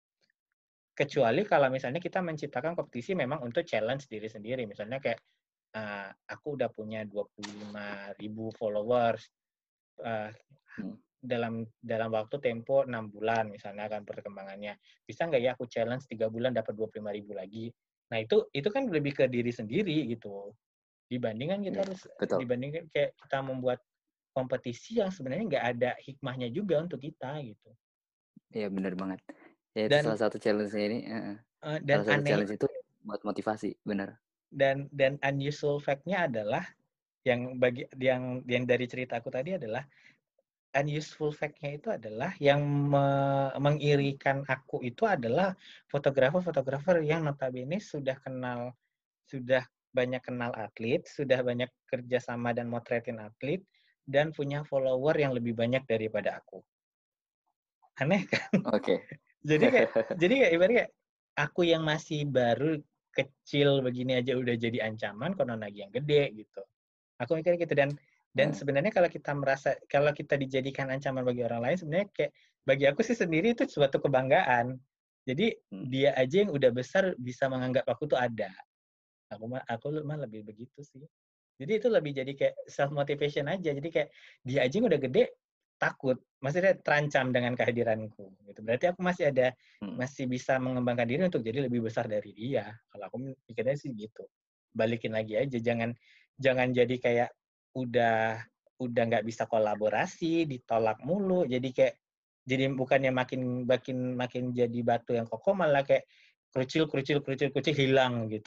[SPEAKER 1] kecuali kalau misalnya kita menciptakan kompetisi memang untuk challenge diri sendiri, misalnya kayak, eee, aku udah punya dua puluh lima ribu followers, eee,
[SPEAKER 2] Hmm.
[SPEAKER 1] dalam dalam waktu tempo enam bulan misalnya kan perkembangannya. Bisa nggak ya aku challenge tiga bulan dapat dua puluh lima ribu lagi. Nah itu itu kan lebih ke diri sendiri gitu. Dibandingkan kita
[SPEAKER 2] Iya,
[SPEAKER 1] harus
[SPEAKER 2] betul.
[SPEAKER 1] dibandingkan kayak kita membuat kompetisi yang sebenarnya nggak ada hikmahnya juga untuk kita gitu.
[SPEAKER 2] Iya, benar banget. Ya itu salah
[SPEAKER 1] Dan
[SPEAKER 2] satu challenge-nya ini, heeh.
[SPEAKER 1] eee, dan
[SPEAKER 2] Salah satu
[SPEAKER 1] aneh
[SPEAKER 2] challenge itu buat motivasi, benar.
[SPEAKER 1] dan dan unusual fact-nya adalah yang bagi yang yang dari ceritaku tadi adalah unuseful fact-nya itu adalah yang me mengirikan aku itu adalah fotografer-fotografer yang notabene sudah kenal sudah banyak kenal atlet, sudah banyak kerja sama dan motretin atlet, dan punya follower yang lebih banyak daripada aku. Aneh kan?
[SPEAKER 2] Oke.
[SPEAKER 1] Jadi kayak jadi kayak ibaratnya kayak aku yang masih baru, kecil begini aja udah jadi ancaman, konon lagi yang gede gitu. Aku mikirnya gitu dan dan
[SPEAKER 2] Heeh.
[SPEAKER 1] sebenarnya kalau kita merasa kalau kita dijadikan ancaman bagi orang lain sebenarnya kayak bagi aku sih sendiri itu suatu kebanggaan. Jadi
[SPEAKER 2] Hmm.
[SPEAKER 1] dia aja yang udah besar bisa menganggap aku tuh ada. Aku mah aku mah lebih begitu sih. Jadi itu lebih jadi kayak self motivation aja. Jadi kayak dia aja yang udah gede takut, maksudnya terancam dengan kehadiranku gitu. Berarti aku masih ada
[SPEAKER 2] Hmm.
[SPEAKER 1] masih bisa mengembangkan diri untuk jadi lebih besar dari dia. Kalau aku mikirnya sih gitu. Balikin lagi aja jangan jangan jadi kayak udah udah nggak bisa kolaborasi, ditolak mulu, jadi kayak jadi bukannya makin makin makin jadi batu yang kokoh malah kayak kerucil kerucil kerucil kerucil hilang gitu.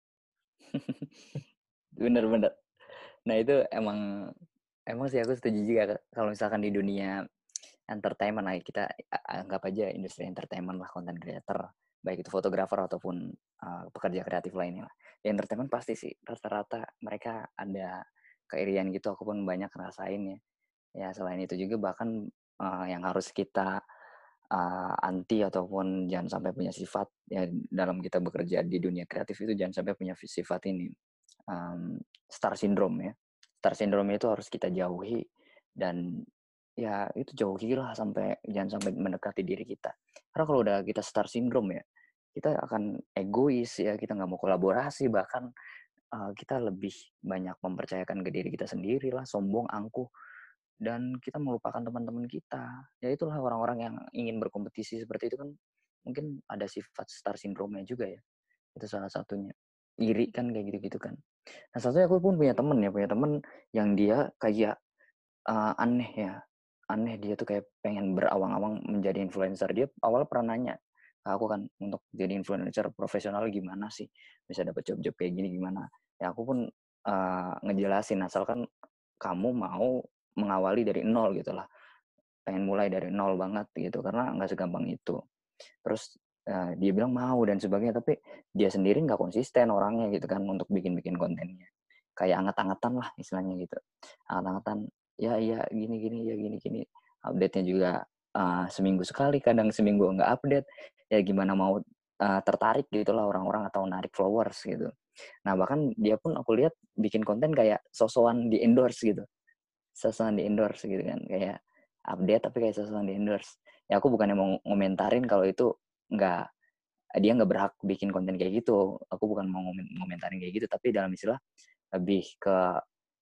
[SPEAKER 2] Bener bener. Nah itu emang emang sih aku setuju juga Kak. Kalau misalkan di dunia entertainment lah kita a- anggap aja industri entertainment lah content creator baik itu fotografer ataupun uh, pekerja kreatif lainnya lah. Di entertainment pasti sih rata-rata mereka ada keirian gitu aku pun banyak ngerasain ya. Ya selain itu juga bahkan uh, yang harus kita uh, anti ataupun jangan sampai punya sifat ya dalam kita bekerja di dunia kreatif itu jangan sampai punya sifat ini um, star syndrome ya. Star syndrome itu harus kita jauhi dan ya itu jauhilah sampai jangan sampai mendekati diri kita. Karena kalau udah kita star syndrome ya, kita akan egois ya, kita nggak mau kolaborasi bahkan uh, kita lebih banyak mempercayakan ke diri kita sendiri lah, sombong, angkuh dan kita melupakan teman-teman kita. Ya itulah orang-orang yang ingin berkompetisi seperti itu kan mungkin ada sifat star syndrome-nya juga ya. Itu salah satunya. Iri kan kayak gitu-gitu kan. Nah, satunya aku pun punya temen ya, punya temen yang dia kayak uh, aneh ya. Aneh dia tuh kayak pengen berawang-awang menjadi influencer. Dia awalnya pernah nanya ke aku kan untuk jadi influencer profesional gimana sih? Bisa dapat job-job kayak gini gimana? Ya aku pun uh, ngejelasin asalkan kamu mau mengawali dari nol gitu lah. Pengen mulai dari nol banget gitu karena nggak segampang itu. Terus uh, dia bilang mau dan sebagainya tapi dia sendiri nggak konsisten orangnya gitu kan untuk bikin-bikin kontennya kayak anget-angetan lah istilahnya gitu anget-angetan ya iya gini gini ya gini gini update-nya juga uh, seminggu sekali kadang seminggu nggak update ya gimana mau uh, tertarik gitulah orang-orang atau narik followers gitu nah bahkan dia pun aku lihat bikin konten kayak sosokan di endorse gitu sosokan di endorse gitu kan kayak update tapi kayak sosokan di endorse ya aku bukannya mau ngomentarin kalau itu nggak dia nggak berhak bikin konten kayak gitu aku bukan mau ngomentarin kayak gitu tapi dalam istilah lebih ke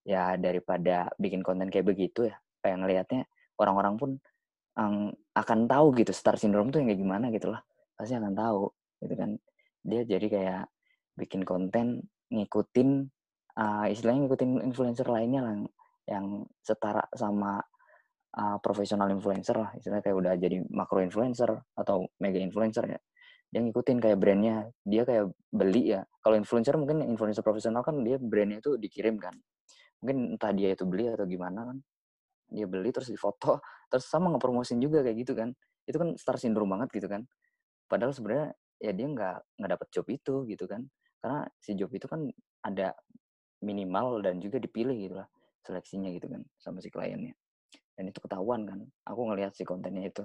[SPEAKER 2] ya daripada bikin konten kayak begitu ya, kayak ngelihatnya orang-orang pun ang akan tahu gitu star syndrome tuh yang kayak gimana gitu lah. Pasti akan tahu gitu kan. Dia jadi kayak bikin konten ngikutin, eee, istilahnya ngikutin influencer lainnya lah yang setara sama, eee, profesional influencer lah, istilahnya kayak udah jadi makro influencer atau mega influencer ya. Dia ngikutin kayak brand-nya, dia kayak beli ya. Kalau influencer mungkin influencer profesional kan dia brand-nya itu dikirim kan. Mungkin entah dia itu beli atau gimana kan. Dia beli terus difoto, terus sama ngepromosin juga kayak gitu kan. Itu kan star syndrome banget gitu kan. Padahal sebenarnya ya dia nggak nggak dapet job itu gitu kan. Karena si job itu kan ada minimal dan juga dipilih gitu lah seleksinya gitu kan sama si kliennya. Dan itu ketahuan kan. Aku ngelihat si kontennya itu.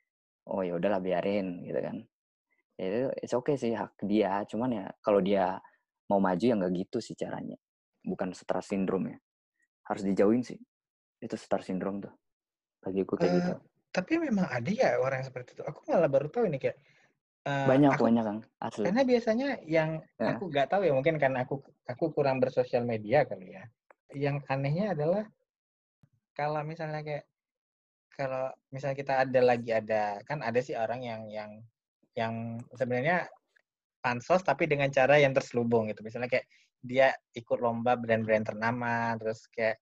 [SPEAKER 2] Oh ya udahlah biarin gitu kan. Ya itu it's okay sih hak dia, cuman ya kalau dia mau maju ya nggak gitu sih caranya. Bukan star syndrome ya. Harus dijauhin sih. Itu star syndrome tuh. Bagiku kayak
[SPEAKER 1] Eee,
[SPEAKER 2] gitu.
[SPEAKER 1] tapi memang ada ya orang yang seperti itu? Aku malah baru tahu ini kayak, eee,
[SPEAKER 2] Banyak
[SPEAKER 1] aku
[SPEAKER 2] banyak Kang, asli.
[SPEAKER 1] karena biasanya yang
[SPEAKER 2] Heeh.
[SPEAKER 1] aku nggak tahu ya, mungkin karena aku aku kurang bersosial media kali ya. Yang anehnya adalah kalau misalnya kayak kalau misalnya kita ada lagi ada kan ada sih orang yang yang yang sebenarnya pansos tapi dengan cara yang terselubung gitu. Misalnya kayak dia ikut lomba brand-brand ternama, terus kayak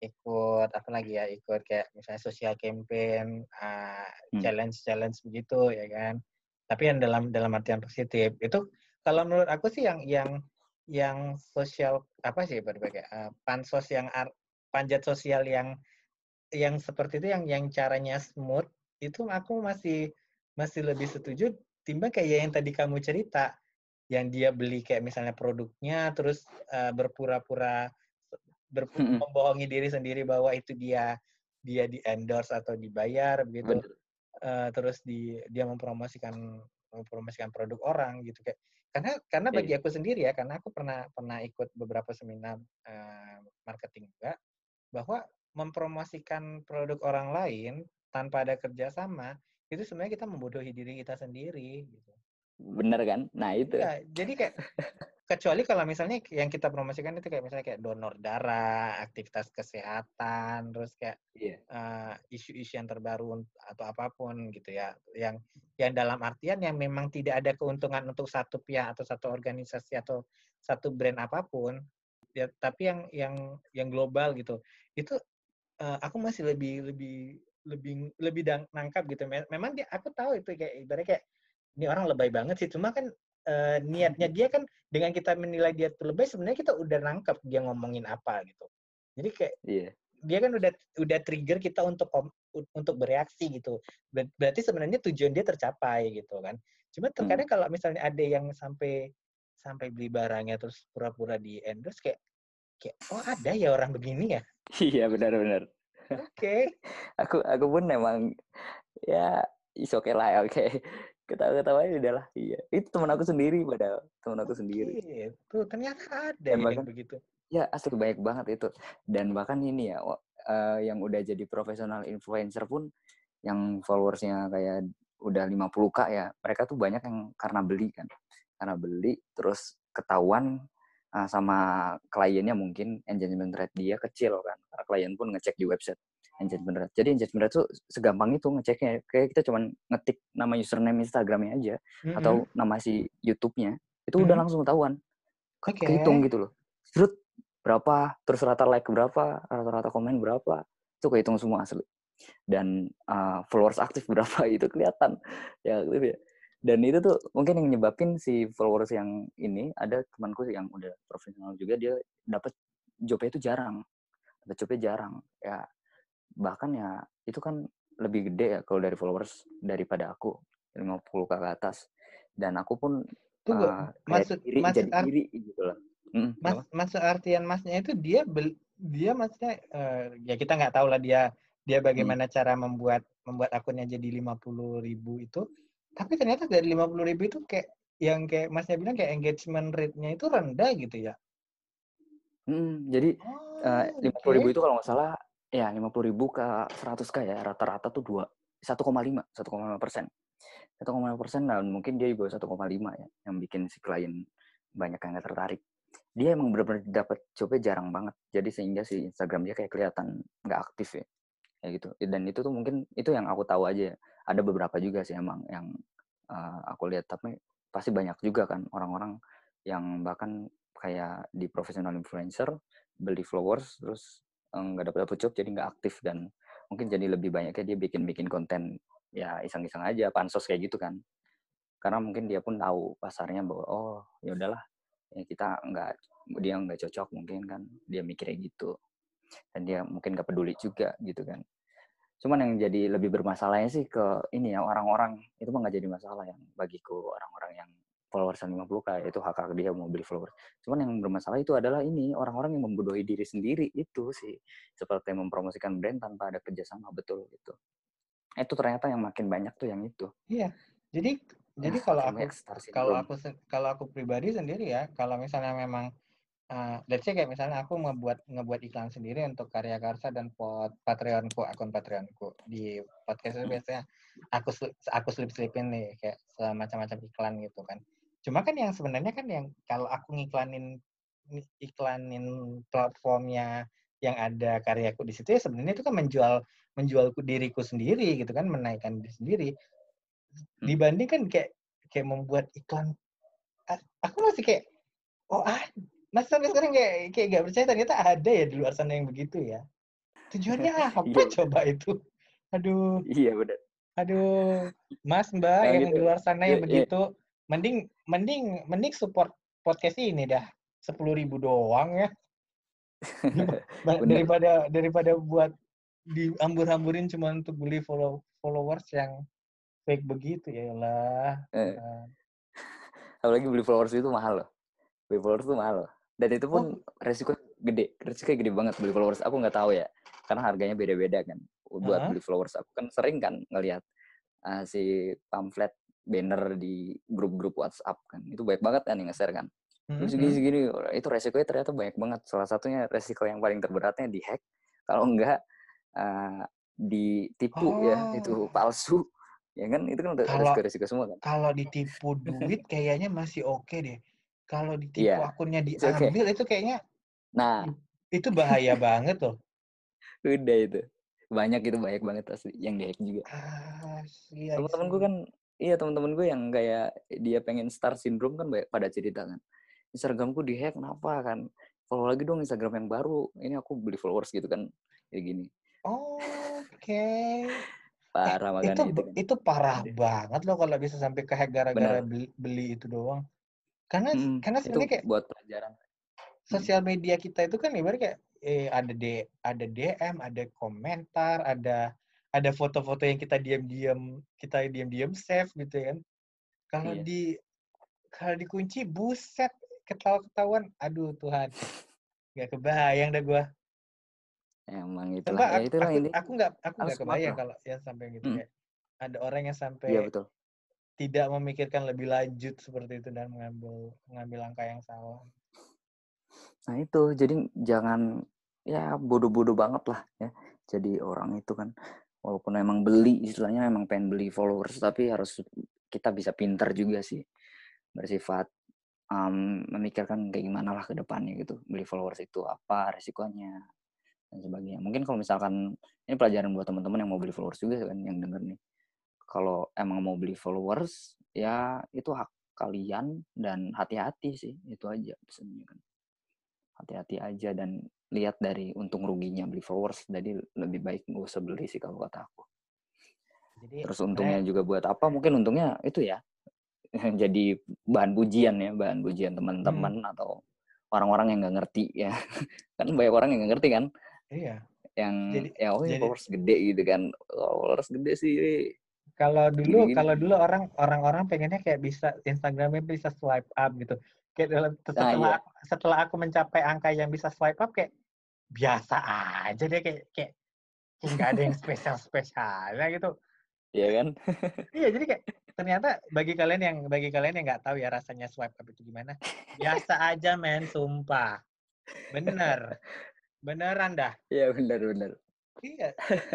[SPEAKER 1] ikut apa lagi ya, ikut kayak misalnya social campaign, uh,
[SPEAKER 2] Hmm.
[SPEAKER 1] challenge-challenge begitu ya kan. Tapi yang dalam dalam artian positif. Itu kalau menurut aku sih yang yang yang sosial apa sih berbagai uh, pansos yang ar, panjat sosial yang yang seperti itu yang yang caranya smooth itu aku masih masih lebih setuju timbang kayak yang tadi kamu cerita yang dia beli kayak misalnya produknya terus uh, berpura-pura berpu-
[SPEAKER 2] Mhm.
[SPEAKER 1] membohongi diri sendiri bahwa itu dia dia di endorse atau dibayar begitu.
[SPEAKER 2] Bener.
[SPEAKER 1] Uh, terus di dia mempromosikan mempromosikan produk orang gitu kayak karena karena bagi
[SPEAKER 2] Iya.
[SPEAKER 1] aku sendiri ya karena aku pernah pernah ikut beberapa seminar uh, marketing juga bahwa mempromosikan produk orang lain tanpa ada kerjasama itu sebenarnya kita membodohi diri kita sendiri gitu.
[SPEAKER 2] Bener kan? Nah itu.
[SPEAKER 1] Iya, jadi kayak kecuali kalau misalnya yang kita promosikan itu kayak misalnya kayak donor darah, aktivitas kesehatan, terus kayak
[SPEAKER 2] Iya.
[SPEAKER 1] uh, isu-isu yang terbaru atau apapun gitu ya, yang yang dalam artian yang memang tidak ada keuntungan untuk satu pihak atau satu organisasi atau satu brand apapun, ya, tapi yang yang yang global gitu, itu uh, aku masih lebih lebih lebih lebih dang- nangkap gitu. Memang dia, aku tahu itu kayak ibaratnya kayak ini orang lebay banget sih, cuma kan uh, niatnya dia kan dengan kita menilai dia tuh lebay sebenarnya kita udah nangkep dia ngomongin apa gitu. Jadi kayak
[SPEAKER 2] Iya.
[SPEAKER 1] dia kan udah udah trigger kita untuk untuk bereaksi gitu. Berarti sebenarnya tujuan dia tercapai gitu kan. Cuma
[SPEAKER 2] Hmm.
[SPEAKER 1] terkadang kalau misalnya ada yang sampai sampai beli barangnya terus pura-pura di endorse kayak kayak oh ada ya orang begini ya.
[SPEAKER 2] Iya benar-benar.
[SPEAKER 1] Oke. Okay.
[SPEAKER 2] Aku aku pun emang ya is okay lah oke. Okay. Ketawa-ketawa aja udah lah. Iya. Itu teman aku sendiri padahal. Teman aku sendiri.
[SPEAKER 1] Oke, tuh ternyata ada
[SPEAKER 2] Dan
[SPEAKER 1] ya yang
[SPEAKER 2] bahkan
[SPEAKER 1] begitu.
[SPEAKER 2] ya asli banyak banget itu. Dan bahkan ini ya uh, yang udah jadi profesional influencer pun yang followersnya kayak udah lima puluh k ya. Mereka tuh banyak yang karena beli kan. Karena beli terus ketahuan uh, sama kliennya mungkin engagement rate dia kecil kan. Karena klien pun ngecek di website engagement rate. Jadi engagement rate tuh segampang itu ngeceknya. Kayak kita cuman ngetik nama username Instagramnya aja
[SPEAKER 1] Mm-hmm.
[SPEAKER 2] atau nama si YouTube-nya itu udah
[SPEAKER 1] Mm-hmm.
[SPEAKER 2] langsung ketahuan. Ke
[SPEAKER 1] Oke.
[SPEAKER 2] kehitung gitu loh. Serut berapa, terus rata like berapa, rata-rata komen berapa, itu kehitung semua asli. Dan uh, followers aktif berapa itu kelihatan. Ya gitu ya. Dan itu tuh mungkin yang nyebabin si followers yang ini ada temanku yang udah profesional juga dia dapat jobnya itu jarang. Dapat jobnya jarang. Ya bahkan ya itu kan lebih gede ya kalau dari followers daripada aku lima puluh k ke atas. Dan aku pun
[SPEAKER 1] Tunggu,
[SPEAKER 2] uh, kayak
[SPEAKER 1] maksud
[SPEAKER 2] iri
[SPEAKER 1] maksud
[SPEAKER 2] jadi
[SPEAKER 1] art,
[SPEAKER 2] iri gitu loh. Mm,
[SPEAKER 1] mas
[SPEAKER 2] kenapa?
[SPEAKER 1] maksud artian masnya itu dia bel, dia maksudnya uh, ya kita nggak tahu lah dia dia
[SPEAKER 2] Mm.
[SPEAKER 1] bagaimana cara membuat membuat akunnya jadi lima puluh ribu itu. Tapi ternyata dari lima puluh ribu itu kayak yang kayak masnya bilang kayak engagement rate-nya itu rendah gitu ya.
[SPEAKER 2] Mm, jadi uh,
[SPEAKER 1] Oh,
[SPEAKER 2] lima puluh ribu
[SPEAKER 1] oke.
[SPEAKER 2] itu kalau nggak salah ya lima puluh ribu ke seratus k ya rata-rata tuh dua satu koma lima satu koma lima persen satu koma lima persen dan mungkin dia di bawah satu koma lima ya yang bikin si klien banyak yang nggak tertarik. dia emang benar-benar dapat jobnya jarang banget. Jadi sehingga si Instagram dia kayak kelihatan nggak aktif ya. Kayak gitu. Dan itu tuh mungkin itu yang aku tahu aja. Ada beberapa juga sih emang yang uh, aku lihat, tapi pasti banyak juga kan orang-orang yang bahkan kayak di profesional influencer beli followers terus nggak uh, dapat dapat job jadi nggak aktif, dan mungkin jadi lebih banyaknya dia bikin-bikin konten ya iseng-iseng aja, pansos kayak gitu kan. Karena mungkin dia pun tahu pasarnya bahwa oh ya udahlah ya kita nggak dia nggak cocok mungkin kan, dia mikirnya gitu, dan dia mungkin nggak peduli juga gitu kan. Cuman yang jadi lebih bermasalahnya sih ke ini ya, orang-orang itu mah nggak jadi masalah yang bagiku, orang-orang yang followersan lima puluh k itu hak-hak dia mau beli followers. Cuman yang bermasalah itu adalah ini orang-orang yang membodohi diri sendiri itu sih, seperti mempromosikan brand tanpa ada kerjasama betul gitu. Itu ternyata yang makin banyak tuh yang itu.
[SPEAKER 1] Iya. Jadi
[SPEAKER 2] Ya,
[SPEAKER 1] jadi kalau
[SPEAKER 2] makin
[SPEAKER 1] aku
[SPEAKER 2] banyak star
[SPEAKER 1] kalau
[SPEAKER 2] syndrome.
[SPEAKER 1] aku kalau aku pribadi sendiri ya, kalau misalnya memang uh, let's say kayak misalnya aku ngebuat ngebuat iklan sendiri untuk Karya Karsa dan pot Patreonku, akun Patreonku di podcast itu biasanya aku aku slip-slipin nih kayak semacam-macam iklan gitu kan. Cuma kan yang sebenarnya kan yang kalau aku ngiklanin iklanin platformnya yang ada karyaku di situ ya sebenarnya itu kan menjual menjual diriku sendiri gitu kan, menaikkan diri sendiri. Dibanding kan kayak kayak membuat iklan, aku masih kayak oh ah mas sampai sekarang kayak kayak gak percaya ternyata ada ya di luar sana yang begitu ya. Tujuannya apa
[SPEAKER 2] Iya
[SPEAKER 1] coba itu? Aduh,
[SPEAKER 2] iya benar.
[SPEAKER 1] aduh, mas mbak
[SPEAKER 2] Nah
[SPEAKER 1] yang
[SPEAKER 2] gitu.
[SPEAKER 1] di luar sana
[SPEAKER 2] Ya,
[SPEAKER 1] yang
[SPEAKER 2] ya.
[SPEAKER 1] begitu, mending mending mending support podcast ini dah sepuluh ribu doang ya.
[SPEAKER 2] Bener.
[SPEAKER 1] daripada daripada buat diambur-amburin cuma untuk beli follow followers yang fake begitu ya lah.
[SPEAKER 2] Eh, apalagi beli followers itu mahal loh. Beli followers itu mahal loh. Dan itu pun
[SPEAKER 1] Oh,
[SPEAKER 2] resiko gede. Resiko gede banget beli followers. Aku nggak tahu ya. Karena harganya beda-beda kan. Buat
[SPEAKER 1] uh-huh.
[SPEAKER 2] beli followers aku kan sering kan ngelihat uh, si pamflet banner di grup-grup WhatsApp kan. Itu banyak banget kan yang nge-share kan. Terus
[SPEAKER 1] Mm-hmm.
[SPEAKER 2] segini-segini, itu resikonya ternyata banyak banget. Salah satunya resiko yang paling terberatnya di hack. Kalau enggak uh, ditipu ya, itu
[SPEAKER 1] Oh,
[SPEAKER 2] palsu. Ya kan, itu kan
[SPEAKER 1] kalau
[SPEAKER 2] resiko-resiko semua kan.
[SPEAKER 1] kalau ditipu duit kayaknya masih oke deh. Kalau ditipu
[SPEAKER 2] Iya,
[SPEAKER 1] akunnya
[SPEAKER 2] it's okay.
[SPEAKER 1] diambil itu kayaknya
[SPEAKER 2] Nah,
[SPEAKER 1] itu bahaya banget loh.
[SPEAKER 2] udah itu. Banyak itu, banyak banget asli yang di-hack juga.
[SPEAKER 1] Ah, see, I
[SPEAKER 2] Temen-temen gue
[SPEAKER 1] see.
[SPEAKER 2] kan, iya temen-temen gue yang kayak dia pengen star syndrome kan pada cerita kan. Instagramku di-hack kenapa kan? Follow lagi dong Instagram yang baru. Ini aku beli followers gitu kan. Kayak gini.
[SPEAKER 1] Oke. Okay. Eh,
[SPEAKER 2] Parah
[SPEAKER 1] itu
[SPEAKER 2] makanya itu kan.
[SPEAKER 1] itu parah
[SPEAKER 2] Udah.
[SPEAKER 1] banget loh kalau bisa sampai kehack gara-gara
[SPEAKER 2] Bener.
[SPEAKER 1] beli, beli itu doang. Karena
[SPEAKER 2] Hmm,
[SPEAKER 1] karena
[SPEAKER 2] itu
[SPEAKER 1] sebenarnya kayak
[SPEAKER 2] buat pelajaran. Hmm.
[SPEAKER 1] sosial media kita itu kan ibarat kayak eh, ada D ada D M, ada komentar, ada ada foto-foto yang kita diam-diam kita diam-diam save gitu ya kan. Kalau
[SPEAKER 2] Iya.
[SPEAKER 1] di kalau dikunci buset ketawa-ketahuan. Aduh Tuhan, nggak kebayang dah gua.
[SPEAKER 2] Emang itulah.
[SPEAKER 1] Sumpah
[SPEAKER 2] Ya
[SPEAKER 1] aku
[SPEAKER 2] itulah
[SPEAKER 1] aku
[SPEAKER 2] ini.
[SPEAKER 1] aku nggak aku
[SPEAKER 2] Harus
[SPEAKER 1] nggak
[SPEAKER 2] smart
[SPEAKER 1] kebayang
[SPEAKER 2] lah.
[SPEAKER 1] kalau yang sampai gitu
[SPEAKER 2] Hmm.
[SPEAKER 1] kayak ada orang yang
[SPEAKER 2] Iya
[SPEAKER 1] sampai
[SPEAKER 2] betul.
[SPEAKER 1] tidak memikirkan lebih lanjut seperti itu dan mengambil mengambil langkah yang salah.
[SPEAKER 2] Nah itu, jadi jangan ya bodoh-bodoh banget lah ya. Jadi orang itu kan, walaupun emang beli, istilahnya emang pengen beli followers, tapi harus kita bisa pintar juga sih. Bersifat um, memikirkan kayak gimana lah ke depannya gitu. Beli followers itu apa, resikonya, dan sebagainya. Mungkin kalau misalkan, ini pelajaran buat teman-teman yang mau beli followers juga kan, yang denger nih. Kalau emang mau beli followers, ya itu hak kalian dan hati-hati sih. Itu aja pesannya kan. Hati-hati aja dan lihat dari untung ruginya beli followers, jadi lebih baik nggak usah beli sih kalau kata aku.
[SPEAKER 1] Jadi
[SPEAKER 2] Terus
[SPEAKER 1] sebenarnya
[SPEAKER 2] untungnya juga buat apa, mungkin untungnya itu ya jadi bahan pujian ya, bahan pujian
[SPEAKER 1] hmm,
[SPEAKER 2] teman-teman atau orang-orang yang nggak ngerti ya. Kan banyak orang yang nggak ngerti kan,
[SPEAKER 1] iya.
[SPEAKER 2] yang
[SPEAKER 1] Jadi
[SPEAKER 2] ya oh ini
[SPEAKER 1] jadi
[SPEAKER 2] followers gede gitu kan, oh, followers gede sih
[SPEAKER 1] kalau dulu
[SPEAKER 2] gini-gini.
[SPEAKER 1] kalau dulu orang orang-orang pengennya kayak bisa Instagramnya bisa swipe up gitu. Kayak dalam
[SPEAKER 2] Nah
[SPEAKER 1] setelah
[SPEAKER 2] iya
[SPEAKER 1] aku, setelah aku mencapai angka yang bisa swipe up kayak biasa aja deh kayak kayak kayak nggak ada yang spesial spesialnya gitu.
[SPEAKER 2] iya kan.
[SPEAKER 1] Iya jadi kayak ternyata bagi kalian yang bagi kalian yang nggak tahu ya rasanya swipe up itu gimana, biasa aja men, sumpah. Bener, beneran dah.
[SPEAKER 2] Iya benar-benar.
[SPEAKER 1] Iya.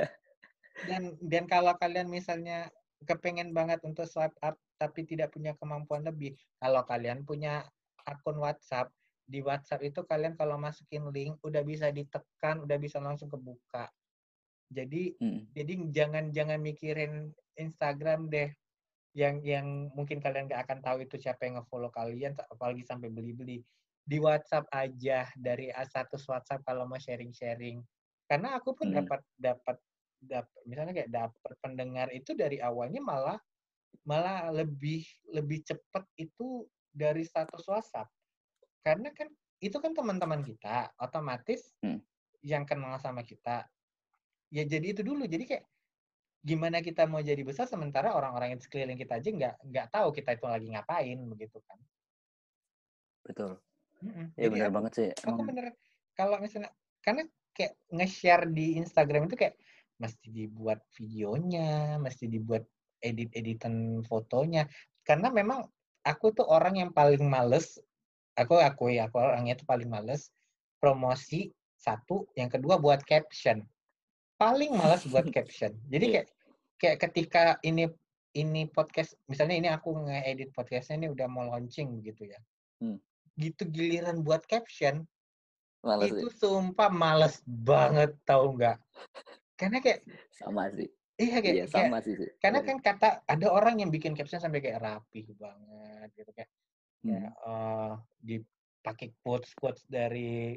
[SPEAKER 1] Dan dan kalau kalian misalnya kepengen banget untuk swipe up tapi tidak punya kemampuan lebih, kalau kalian punya akun WhatsApp, Di WhatsApp itu kalian kalau masukin link udah bisa ditekan, udah bisa langsung kebuka. Jadi
[SPEAKER 2] Hmm.
[SPEAKER 1] jadi jangan jangan mikirin Instagram deh. Yang yang mungkin kalian nggak akan tahu itu siapa yang nge-follow kalian, apalagi sampai beli-beli. Di WhatsApp aja, dari status WhatsApp kalau mau sharing-sharing. Karena aku pun
[SPEAKER 2] Hmm.
[SPEAKER 1] dapat dapat dapat misalnya kayak dapat pendengar itu dari awalnya malah malah lebih lebih cepat itu dari status WhatsApp. Karena kan itu kan teman-teman kita, otomatis
[SPEAKER 2] Hmm.
[SPEAKER 1] yang kenal sama kita. Ya jadi itu dulu. Jadi kayak gimana kita mau jadi besar sementara orang-orang yang sekeliling kita aja nggak nggak tahu kita itu lagi ngapain begitu kan.
[SPEAKER 2] Betul.
[SPEAKER 1] Mm-mm.
[SPEAKER 2] Ya
[SPEAKER 1] Jadi
[SPEAKER 2] benar
[SPEAKER 1] aku
[SPEAKER 2] banget sih.
[SPEAKER 1] aku
[SPEAKER 2] Emang
[SPEAKER 1] bener kalau misalnya karena kayak nge-share di Instagram itu kayak mesti dibuat videonya, mesti dibuat edit-editan fotonya. Karena memang aku tuh orang yang paling males, aku akui aku orangnya tuh paling males promosi satu, yang kedua buat caption. Paling malas buat caption. Jadi
[SPEAKER 2] iya.
[SPEAKER 1] kayak kayak ketika ini ini podcast, misalnya ini aku nge-edit podcastnya ini udah mau launching begitu ya.
[SPEAKER 2] Hmm.
[SPEAKER 1] Gitu giliran buat caption,
[SPEAKER 2] Malas sih.
[SPEAKER 1] itu sumpah males banget tahu nggak? Karena kayak
[SPEAKER 2] Sama sih.
[SPEAKER 1] iya kayak
[SPEAKER 2] Iya
[SPEAKER 1] kayak
[SPEAKER 2] sama sih sih.
[SPEAKER 1] karena
[SPEAKER 2] Sorry.
[SPEAKER 1] kan kata ada orang yang bikin caption sampai kayak rapih banget gitu kayak kayak
[SPEAKER 2] Hmm.
[SPEAKER 1] eh dipakai quotes quotes dari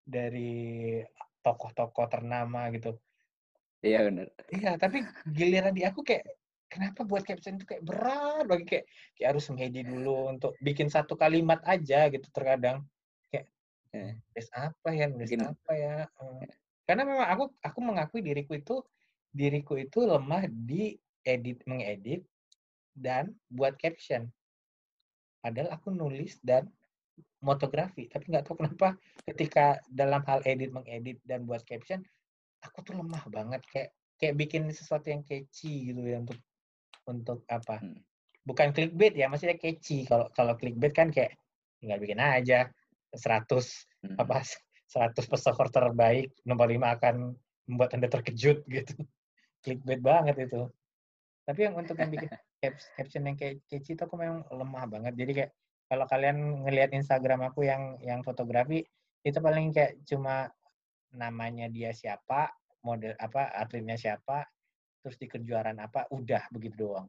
[SPEAKER 1] dari tokoh-tokoh ternama gitu.
[SPEAKER 2] Iya benar.
[SPEAKER 1] Iya, tapi giliran di aku kayak kenapa buat caption itu kayak berat bagi kayak kayak harus ngedit dulu untuk bikin satu kalimat aja gitu terkadang. Kayak
[SPEAKER 2] Eh,
[SPEAKER 1] nulis apa ya, nulis
[SPEAKER 2] mungkin
[SPEAKER 1] apa ya. eh. Karena memang aku aku mengakui diriku itu diriku itu lemah di edit mengedit dan buat caption. Padahal aku nulis dan motografi, tapi nggak tahu kenapa ketika dalam hal edit mengedit dan buat caption aku tuh lemah banget kayak kayak bikin sesuatu yang catchy gitu ya untuk untuk apa?
[SPEAKER 2] hmm.
[SPEAKER 1] Bukan clickbait ya, maksudnya catchy. Kalau kalau clickbait kan kayak tinggal bikin aja seratus
[SPEAKER 2] Hmm.
[SPEAKER 1] apa seratus pesohor terbaik nomor lima akan membuat Anda terkejut gitu. Clickbait banget itu. Tapi yang untuk yang bikin caption yang kayak catchy itu aku memang lemah banget. Jadi kayak kalau kalian ngelihat Instagram aku yang yang fotografi itu paling kayak cuma namanya dia siapa, model apa, atletnya siapa, terus di kejuaraan apa, udah begitu doang.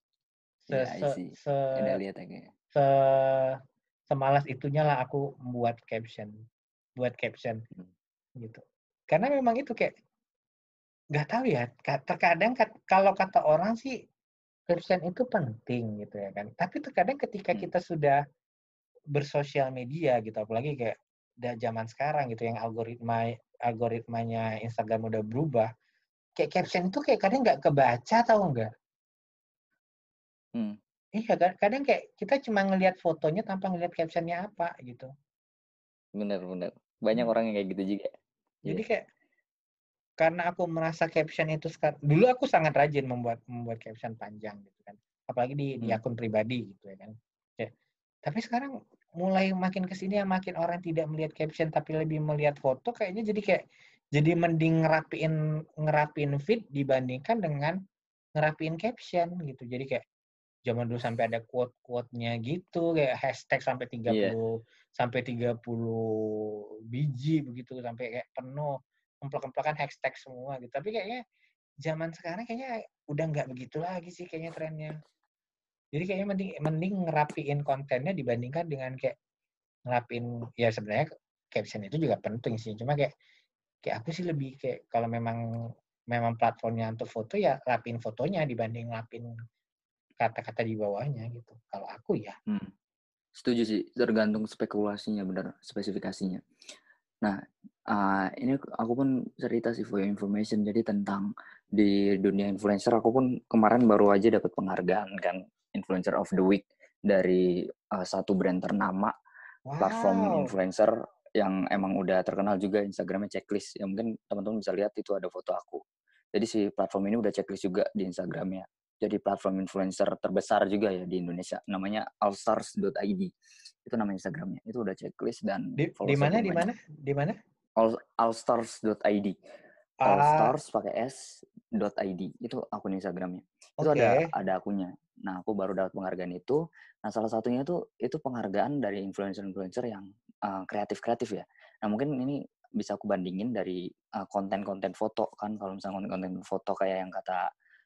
[SPEAKER 1] Se
[SPEAKER 2] Iya, I
[SPEAKER 1] se
[SPEAKER 2] see.
[SPEAKER 1] se
[SPEAKER 2] Ada lihat ya kayaknya.
[SPEAKER 1] se semalas itunya lah aku buat caption, buat caption
[SPEAKER 2] Hmm.
[SPEAKER 1] gitu. Karena memang itu kayak nggak tahu ya, terkadang kalau kata orang sih caption itu penting gitu ya kan. Tapi terkadang ketika
[SPEAKER 2] Hmm.
[SPEAKER 1] kita sudah bersosial media gitu, apalagi kayak udah zaman sekarang gitu yang algoritma algoritmanya Instagram udah berubah, kayak caption itu kayak kadang nggak kebaca tahu nggak?
[SPEAKER 2] Hmm.
[SPEAKER 1] Iya kan, kadang kayak kita cuma ngelihat fotonya tanpa ngelihat captionnya apa gitu.
[SPEAKER 2] Benar benar. Banyak
[SPEAKER 1] Hmm.
[SPEAKER 2] orang yang kayak gitu juga.
[SPEAKER 1] Jadi
[SPEAKER 2] Iya.
[SPEAKER 1] kayak karena aku merasa caption itu sekarang, dulu aku sangat rajin membuat membuat caption panjang gitu kan, apalagi di di
[SPEAKER 2] Hmm.
[SPEAKER 1] akun pribadi gitu ya kan. Ya. Tapi sekarang mulai makin kesini yang makin orang tidak melihat caption tapi lebih melihat foto, kayaknya jadi kayak jadi mending ngerapiin ngerapiin feed dibandingkan dengan ngerapiin caption gitu. Jadi kayak zaman dulu sampai ada quote-quote-nya gitu, kayak hashtag sampai tiga
[SPEAKER 2] Iya.
[SPEAKER 1] puluh sampai tiga puluh biji begitu, sampai kayak penuh, kemplak-kemplakan hashtag semua gitu. Tapi kayaknya zaman sekarang kayaknya udah nggak begitu lagi sih kayaknya trennya. Jadi kayaknya mending mending ngerapiin kontennya dibandingkan dengan kayak ngerapiin ya sebenarnya caption itu juga penting sih. Cuma kayak kayak aku sih lebih kayak kalau memang memang platformnya untuk foto ya rapiin fotonya dibanding ngerapiin kata-kata di bawahnya gitu. Kalau aku ya.
[SPEAKER 2] Hmm. Setuju sih, tergantung spekulasinya benar, spesifikasinya. Nah, uh, ini aku pun cerita sih for your information. Jadi tentang di dunia influencer, aku pun kemarin baru aja dapat penghargaan kan, Influencer of the Week dari uh, satu brand ternama platform
[SPEAKER 1] Wow.
[SPEAKER 2] influencer yang emang udah terkenal juga, Instagramnya Checklist. Ya mungkin teman-teman bisa lihat itu ada foto aku. Jadi si platform ini udah checklist juga di Instagramnya. Jadi platform influencer terbesar juga ya di Indonesia. Namanya allstars dot i d. Itu nama Instagramnya. Itu udah checklist dan
[SPEAKER 1] Di di
[SPEAKER 2] followersnya
[SPEAKER 1] mana
[SPEAKER 2] pun
[SPEAKER 1] di
[SPEAKER 2] banyak.
[SPEAKER 1] mana? Di mana?
[SPEAKER 2] All, allstars dot i d.
[SPEAKER 1] Ah,
[SPEAKER 2] Allstars pakai s dot i d. Itu akun Instagramnya. Itu ada
[SPEAKER 1] Oke.
[SPEAKER 2] ada akunya. Nah, aku baru dapat penghargaan itu. Nah, salah satunya itu itu penghargaan dari influencer-influencer yang uh, kreatif-kreatif ya. Nah, mungkin ini bisa aku bandingin dari uh, konten-konten foto kan. Kalau misalnya konten foto kayak yang kata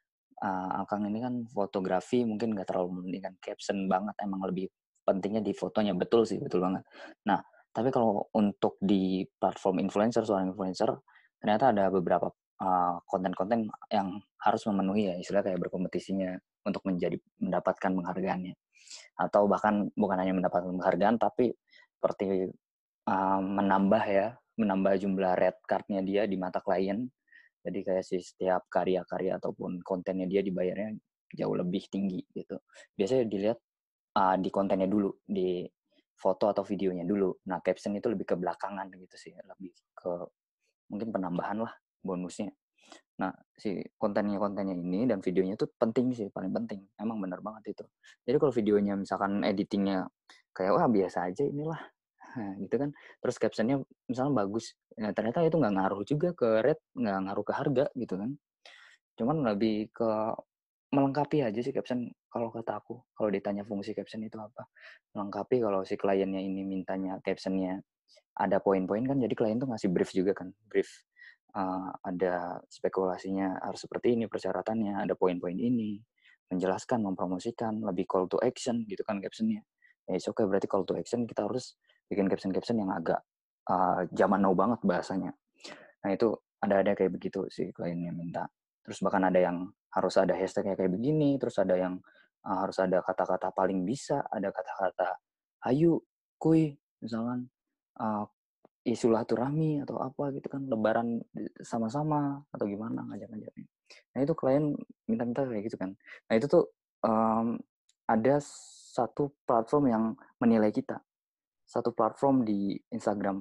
[SPEAKER 2] uh, Akang ini kan fotografi mungkin nggak terlalu mementingkan caption banget. Emang lebih pentingnya di fotonya. Betul sih, betul banget. Nah, tapi kalau untuk di platform influencer, seorang influencer, ternyata ada beberapa uh, konten-konten yang harus memenuhi ya, istilah kayak berkompetisinya untuk menjadi mendapatkan penghargaannya. Atau bahkan bukan hanya mendapatkan penghargaan, tapi seperti uh, menambah ya, menambah jumlah red card-nya dia di mata klien. Jadi kayak si setiap karya-karya ataupun kontennya dia dibayarnya jauh lebih tinggi gitu. Biasanya dilihat uh, di kontennya dulu, di foto atau videonya dulu. Nah, caption itu lebih ke belakangan gitu sih, lebih ke mungkin penambahan lah bonusnya. Nah, si kontennya-kontennya ini dan videonya itu penting sih, paling penting. Emang bener banget itu. Jadi kalau videonya misalkan editingnya kayak, wah biasa aja inilah. Nah, gitu kan. Terus captionnya misalnya bagus. Nah, ternyata itu nggak ngaruh juga ke rate, nggak ngaruh ke harga gitu kan. Cuman lebih ke melengkapi aja sih caption kalau kata aku. Kalau ditanya fungsi caption itu apa? Melengkapi kalau si kliennya ini mintanya captionnya ada poin-poin kan, jadi klien tuh ngasih brief juga kan, brief uh, ada spekulasinya harus seperti ini persyaratannya, ada poin-poin ini, menjelaskan, mempromosikan, lebih call to action gitu kan captionnya. Ya oke okay, berarti call to action kita harus bikin caption-caption yang agak uh, zaman now banget bahasanya. Nah itu ada-ada kayak begitu sih kliennya minta. Terus bahkan ada yang harus ada hashtagnya kayak begini, terus ada yang uh, harus ada kata-kata paling bisa, ada kata-kata hayu, kuy, misalkan uh, isu silaturahmi atau apa gitu kan, lebaran sama-sama atau gimana ngajak-ngajakin. Nah itu klien minta-minta kayak gitu kan. Nah itu tuh um, ada satu platform yang menilai kita. Satu platform di Instagram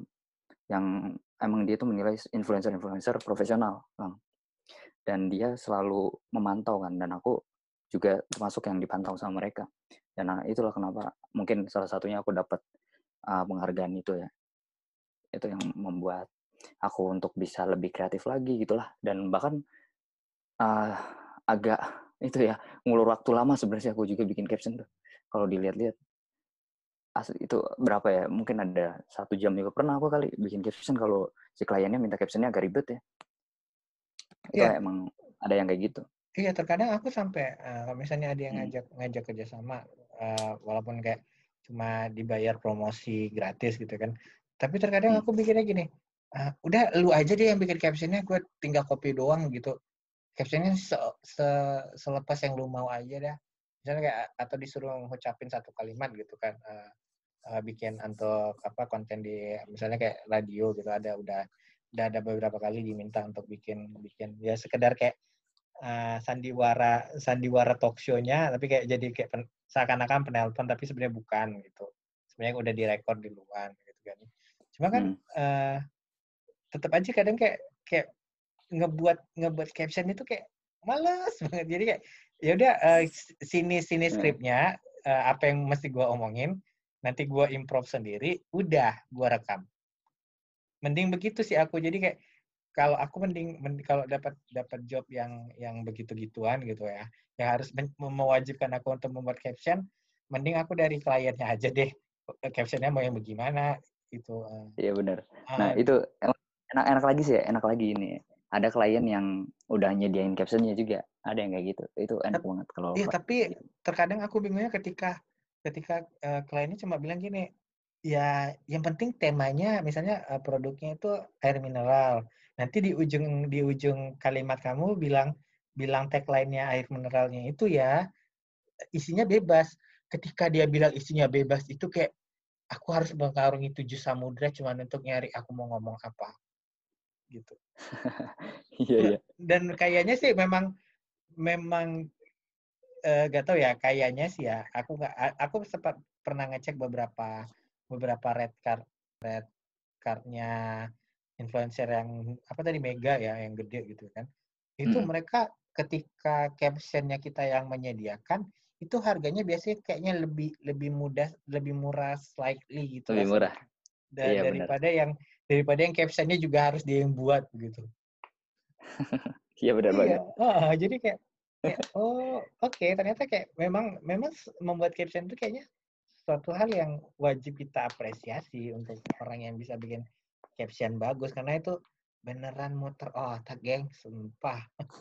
[SPEAKER 2] yang emang dia tuh menilai influencer-influencer profesional, Bang. Dan dia selalu memantau kan, dan aku juga termasuk yang dipantau sama mereka. Dan nah, itulah kenapa mungkin salah satunya aku dapat uh, penghargaan itu ya. Itu yang membuat aku untuk bisa lebih kreatif lagi gitulah, dan bahkan uh, agak itu ya ngulur waktu lama sebenarnya aku juga bikin caption tuh kalau dilihat-lihat asli itu berapa ya, mungkin ada satu jam juga pernah aku kali bikin caption kalau si kliennya minta captionnya agak ribet ya. Itu
[SPEAKER 1] Iya,
[SPEAKER 2] emang ada yang kayak gitu.
[SPEAKER 1] iya terkadang aku sampai uh, kalau misalnya ada yang
[SPEAKER 2] hmm.
[SPEAKER 1] ngajak ngajak kerjasama, uh, walaupun kayak cuma dibayar promosi gratis gitu kan, tapi terkadang
[SPEAKER 2] Hmm.
[SPEAKER 1] aku mikirnya gini, uh, udah lu aja deh yang bikin captionnya, gue tinggal copy doang gitu. Captionnya se, se selepas yang lu mau aja dah. Misalnya kayak atau disuruh ngucapin satu kalimat gitu kan, uh, uh, bikin untuk apa konten di misalnya kayak radio gitu, ada udah udah ada beberapa kali diminta untuk bikin bikin ya sekedar kayak uh, sandiwara sandiwara talk show-nya, tapi kayak jadi kayak pen, seakan-akan penelpon tapi sebenarnya bukan gitu. Sebenarnya udah direkod di luar gitu kan. Cuma kan
[SPEAKER 2] Hmm.
[SPEAKER 1] uh, tetap aja kadang kayak kayak ngebuat ngebuat caption itu kayak males banget. Jadi kayak ya udah uh, sini sini
[SPEAKER 2] Yeah.
[SPEAKER 1] skripnya, uh, apa yang mesti gue omongin, nanti gue improv sendiri, udah gue rekam. Mending begitu sih aku. Jadi kayak kalau aku mending, mending kalau dapat dapat job yang yang begitu-gituan gitu ya, yang harus mewajibkan aku untuk membuat caption, mending aku dari kliennya aja deh. Captionnya mau yang bagaimana gitu.
[SPEAKER 2] Iya benar. Nah
[SPEAKER 1] Uh,
[SPEAKER 2] itu enak enak lagi sih ya, enak lagi ini. Ada klien yang udah nyediain captionnya juga, ada yang kayak gitu. Itu enak
[SPEAKER 1] Tep-
[SPEAKER 2] banget kalau
[SPEAKER 1] Iya, tapi terkadang aku bingungnya ketika ketika uh, kliennya cuma bilang gini, ya yang penting temanya misalnya uh, produknya itu air mineral. Nanti di ujung di ujung kalimat kamu bilang bilang tagline-nya air mineralnya itu ya isinya bebas. Ketika dia bilang isinya bebas itu kayak aku harus mengarungi tujuh samudra cuma untuk nyari aku mau ngomong apa gitu.
[SPEAKER 2] iya iya.
[SPEAKER 1] Dan kayaknya sih memang memang uh, gak tahu ya, kayaknya sih ya aku nggak aku sempat pernah ngecek beberapa beberapa red card red cardnya influencer yang apa tadi Mega ya yang gede gitu kan, itu
[SPEAKER 2] Mm-mm.
[SPEAKER 1] mereka ketika captionnya kita yang menyediakan itu harganya biasanya kayaknya lebih lebih mudah lebih murah slightly gitulah
[SPEAKER 2] Lebih murah.
[SPEAKER 1] da,
[SPEAKER 2] Iya benar.
[SPEAKER 1] daripada yang daripada yang captionnya juga harus dia yang buat gitu.
[SPEAKER 2] Iya benar
[SPEAKER 1] Iya,
[SPEAKER 2] banget.
[SPEAKER 1] oh, jadi kayak Kayak, oh oke ternyata kayak memang memang membuat caption itu kayaknya suatu hal yang wajib kita apresiasi untuk orang yang bisa bikin caption bagus karena itu beneran muter otak geng, sumpah.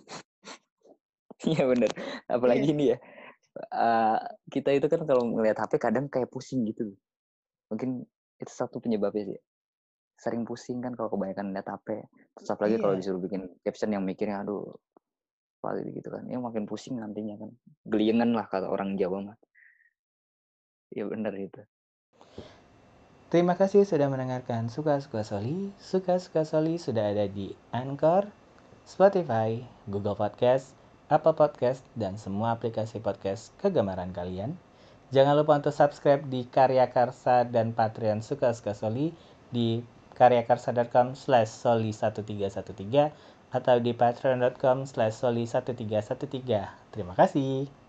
[SPEAKER 2] Iya bener.
[SPEAKER 1] Iya.
[SPEAKER 2] Apalagi ini ya, uh, kita itu kan kalau ngelihat H P kadang kayak pusing gitu. Mungkin itu satu penyebabnya sih. Sering pusing kan kalau kebanyakan lihat H P. Terus apalagi kalau
[SPEAKER 1] Iya.
[SPEAKER 2] disuruh bikin caption yang mikirnya aduh apa gitu kan. Ya makin pusing nantinya kan. Geliengan lah kata orang Jawa mah. Iya bener itu.
[SPEAKER 3] Terima kasih sudah mendengarkan Suka-Suka Soli. Suka-Suka Soli sudah ada di Anchor, Spotify, Google Podcast, Apple Podcast, dan semua aplikasi podcast kegemaran kalian. Jangan lupa untuk subscribe di Karya Karsa dan Patreon Suka-Suka Soli di karyakarsa.com slash soli seribu tiga ratus tiga belas atau di patreon.com slash soli seribu tiga ratus tiga belas. Terima kasih.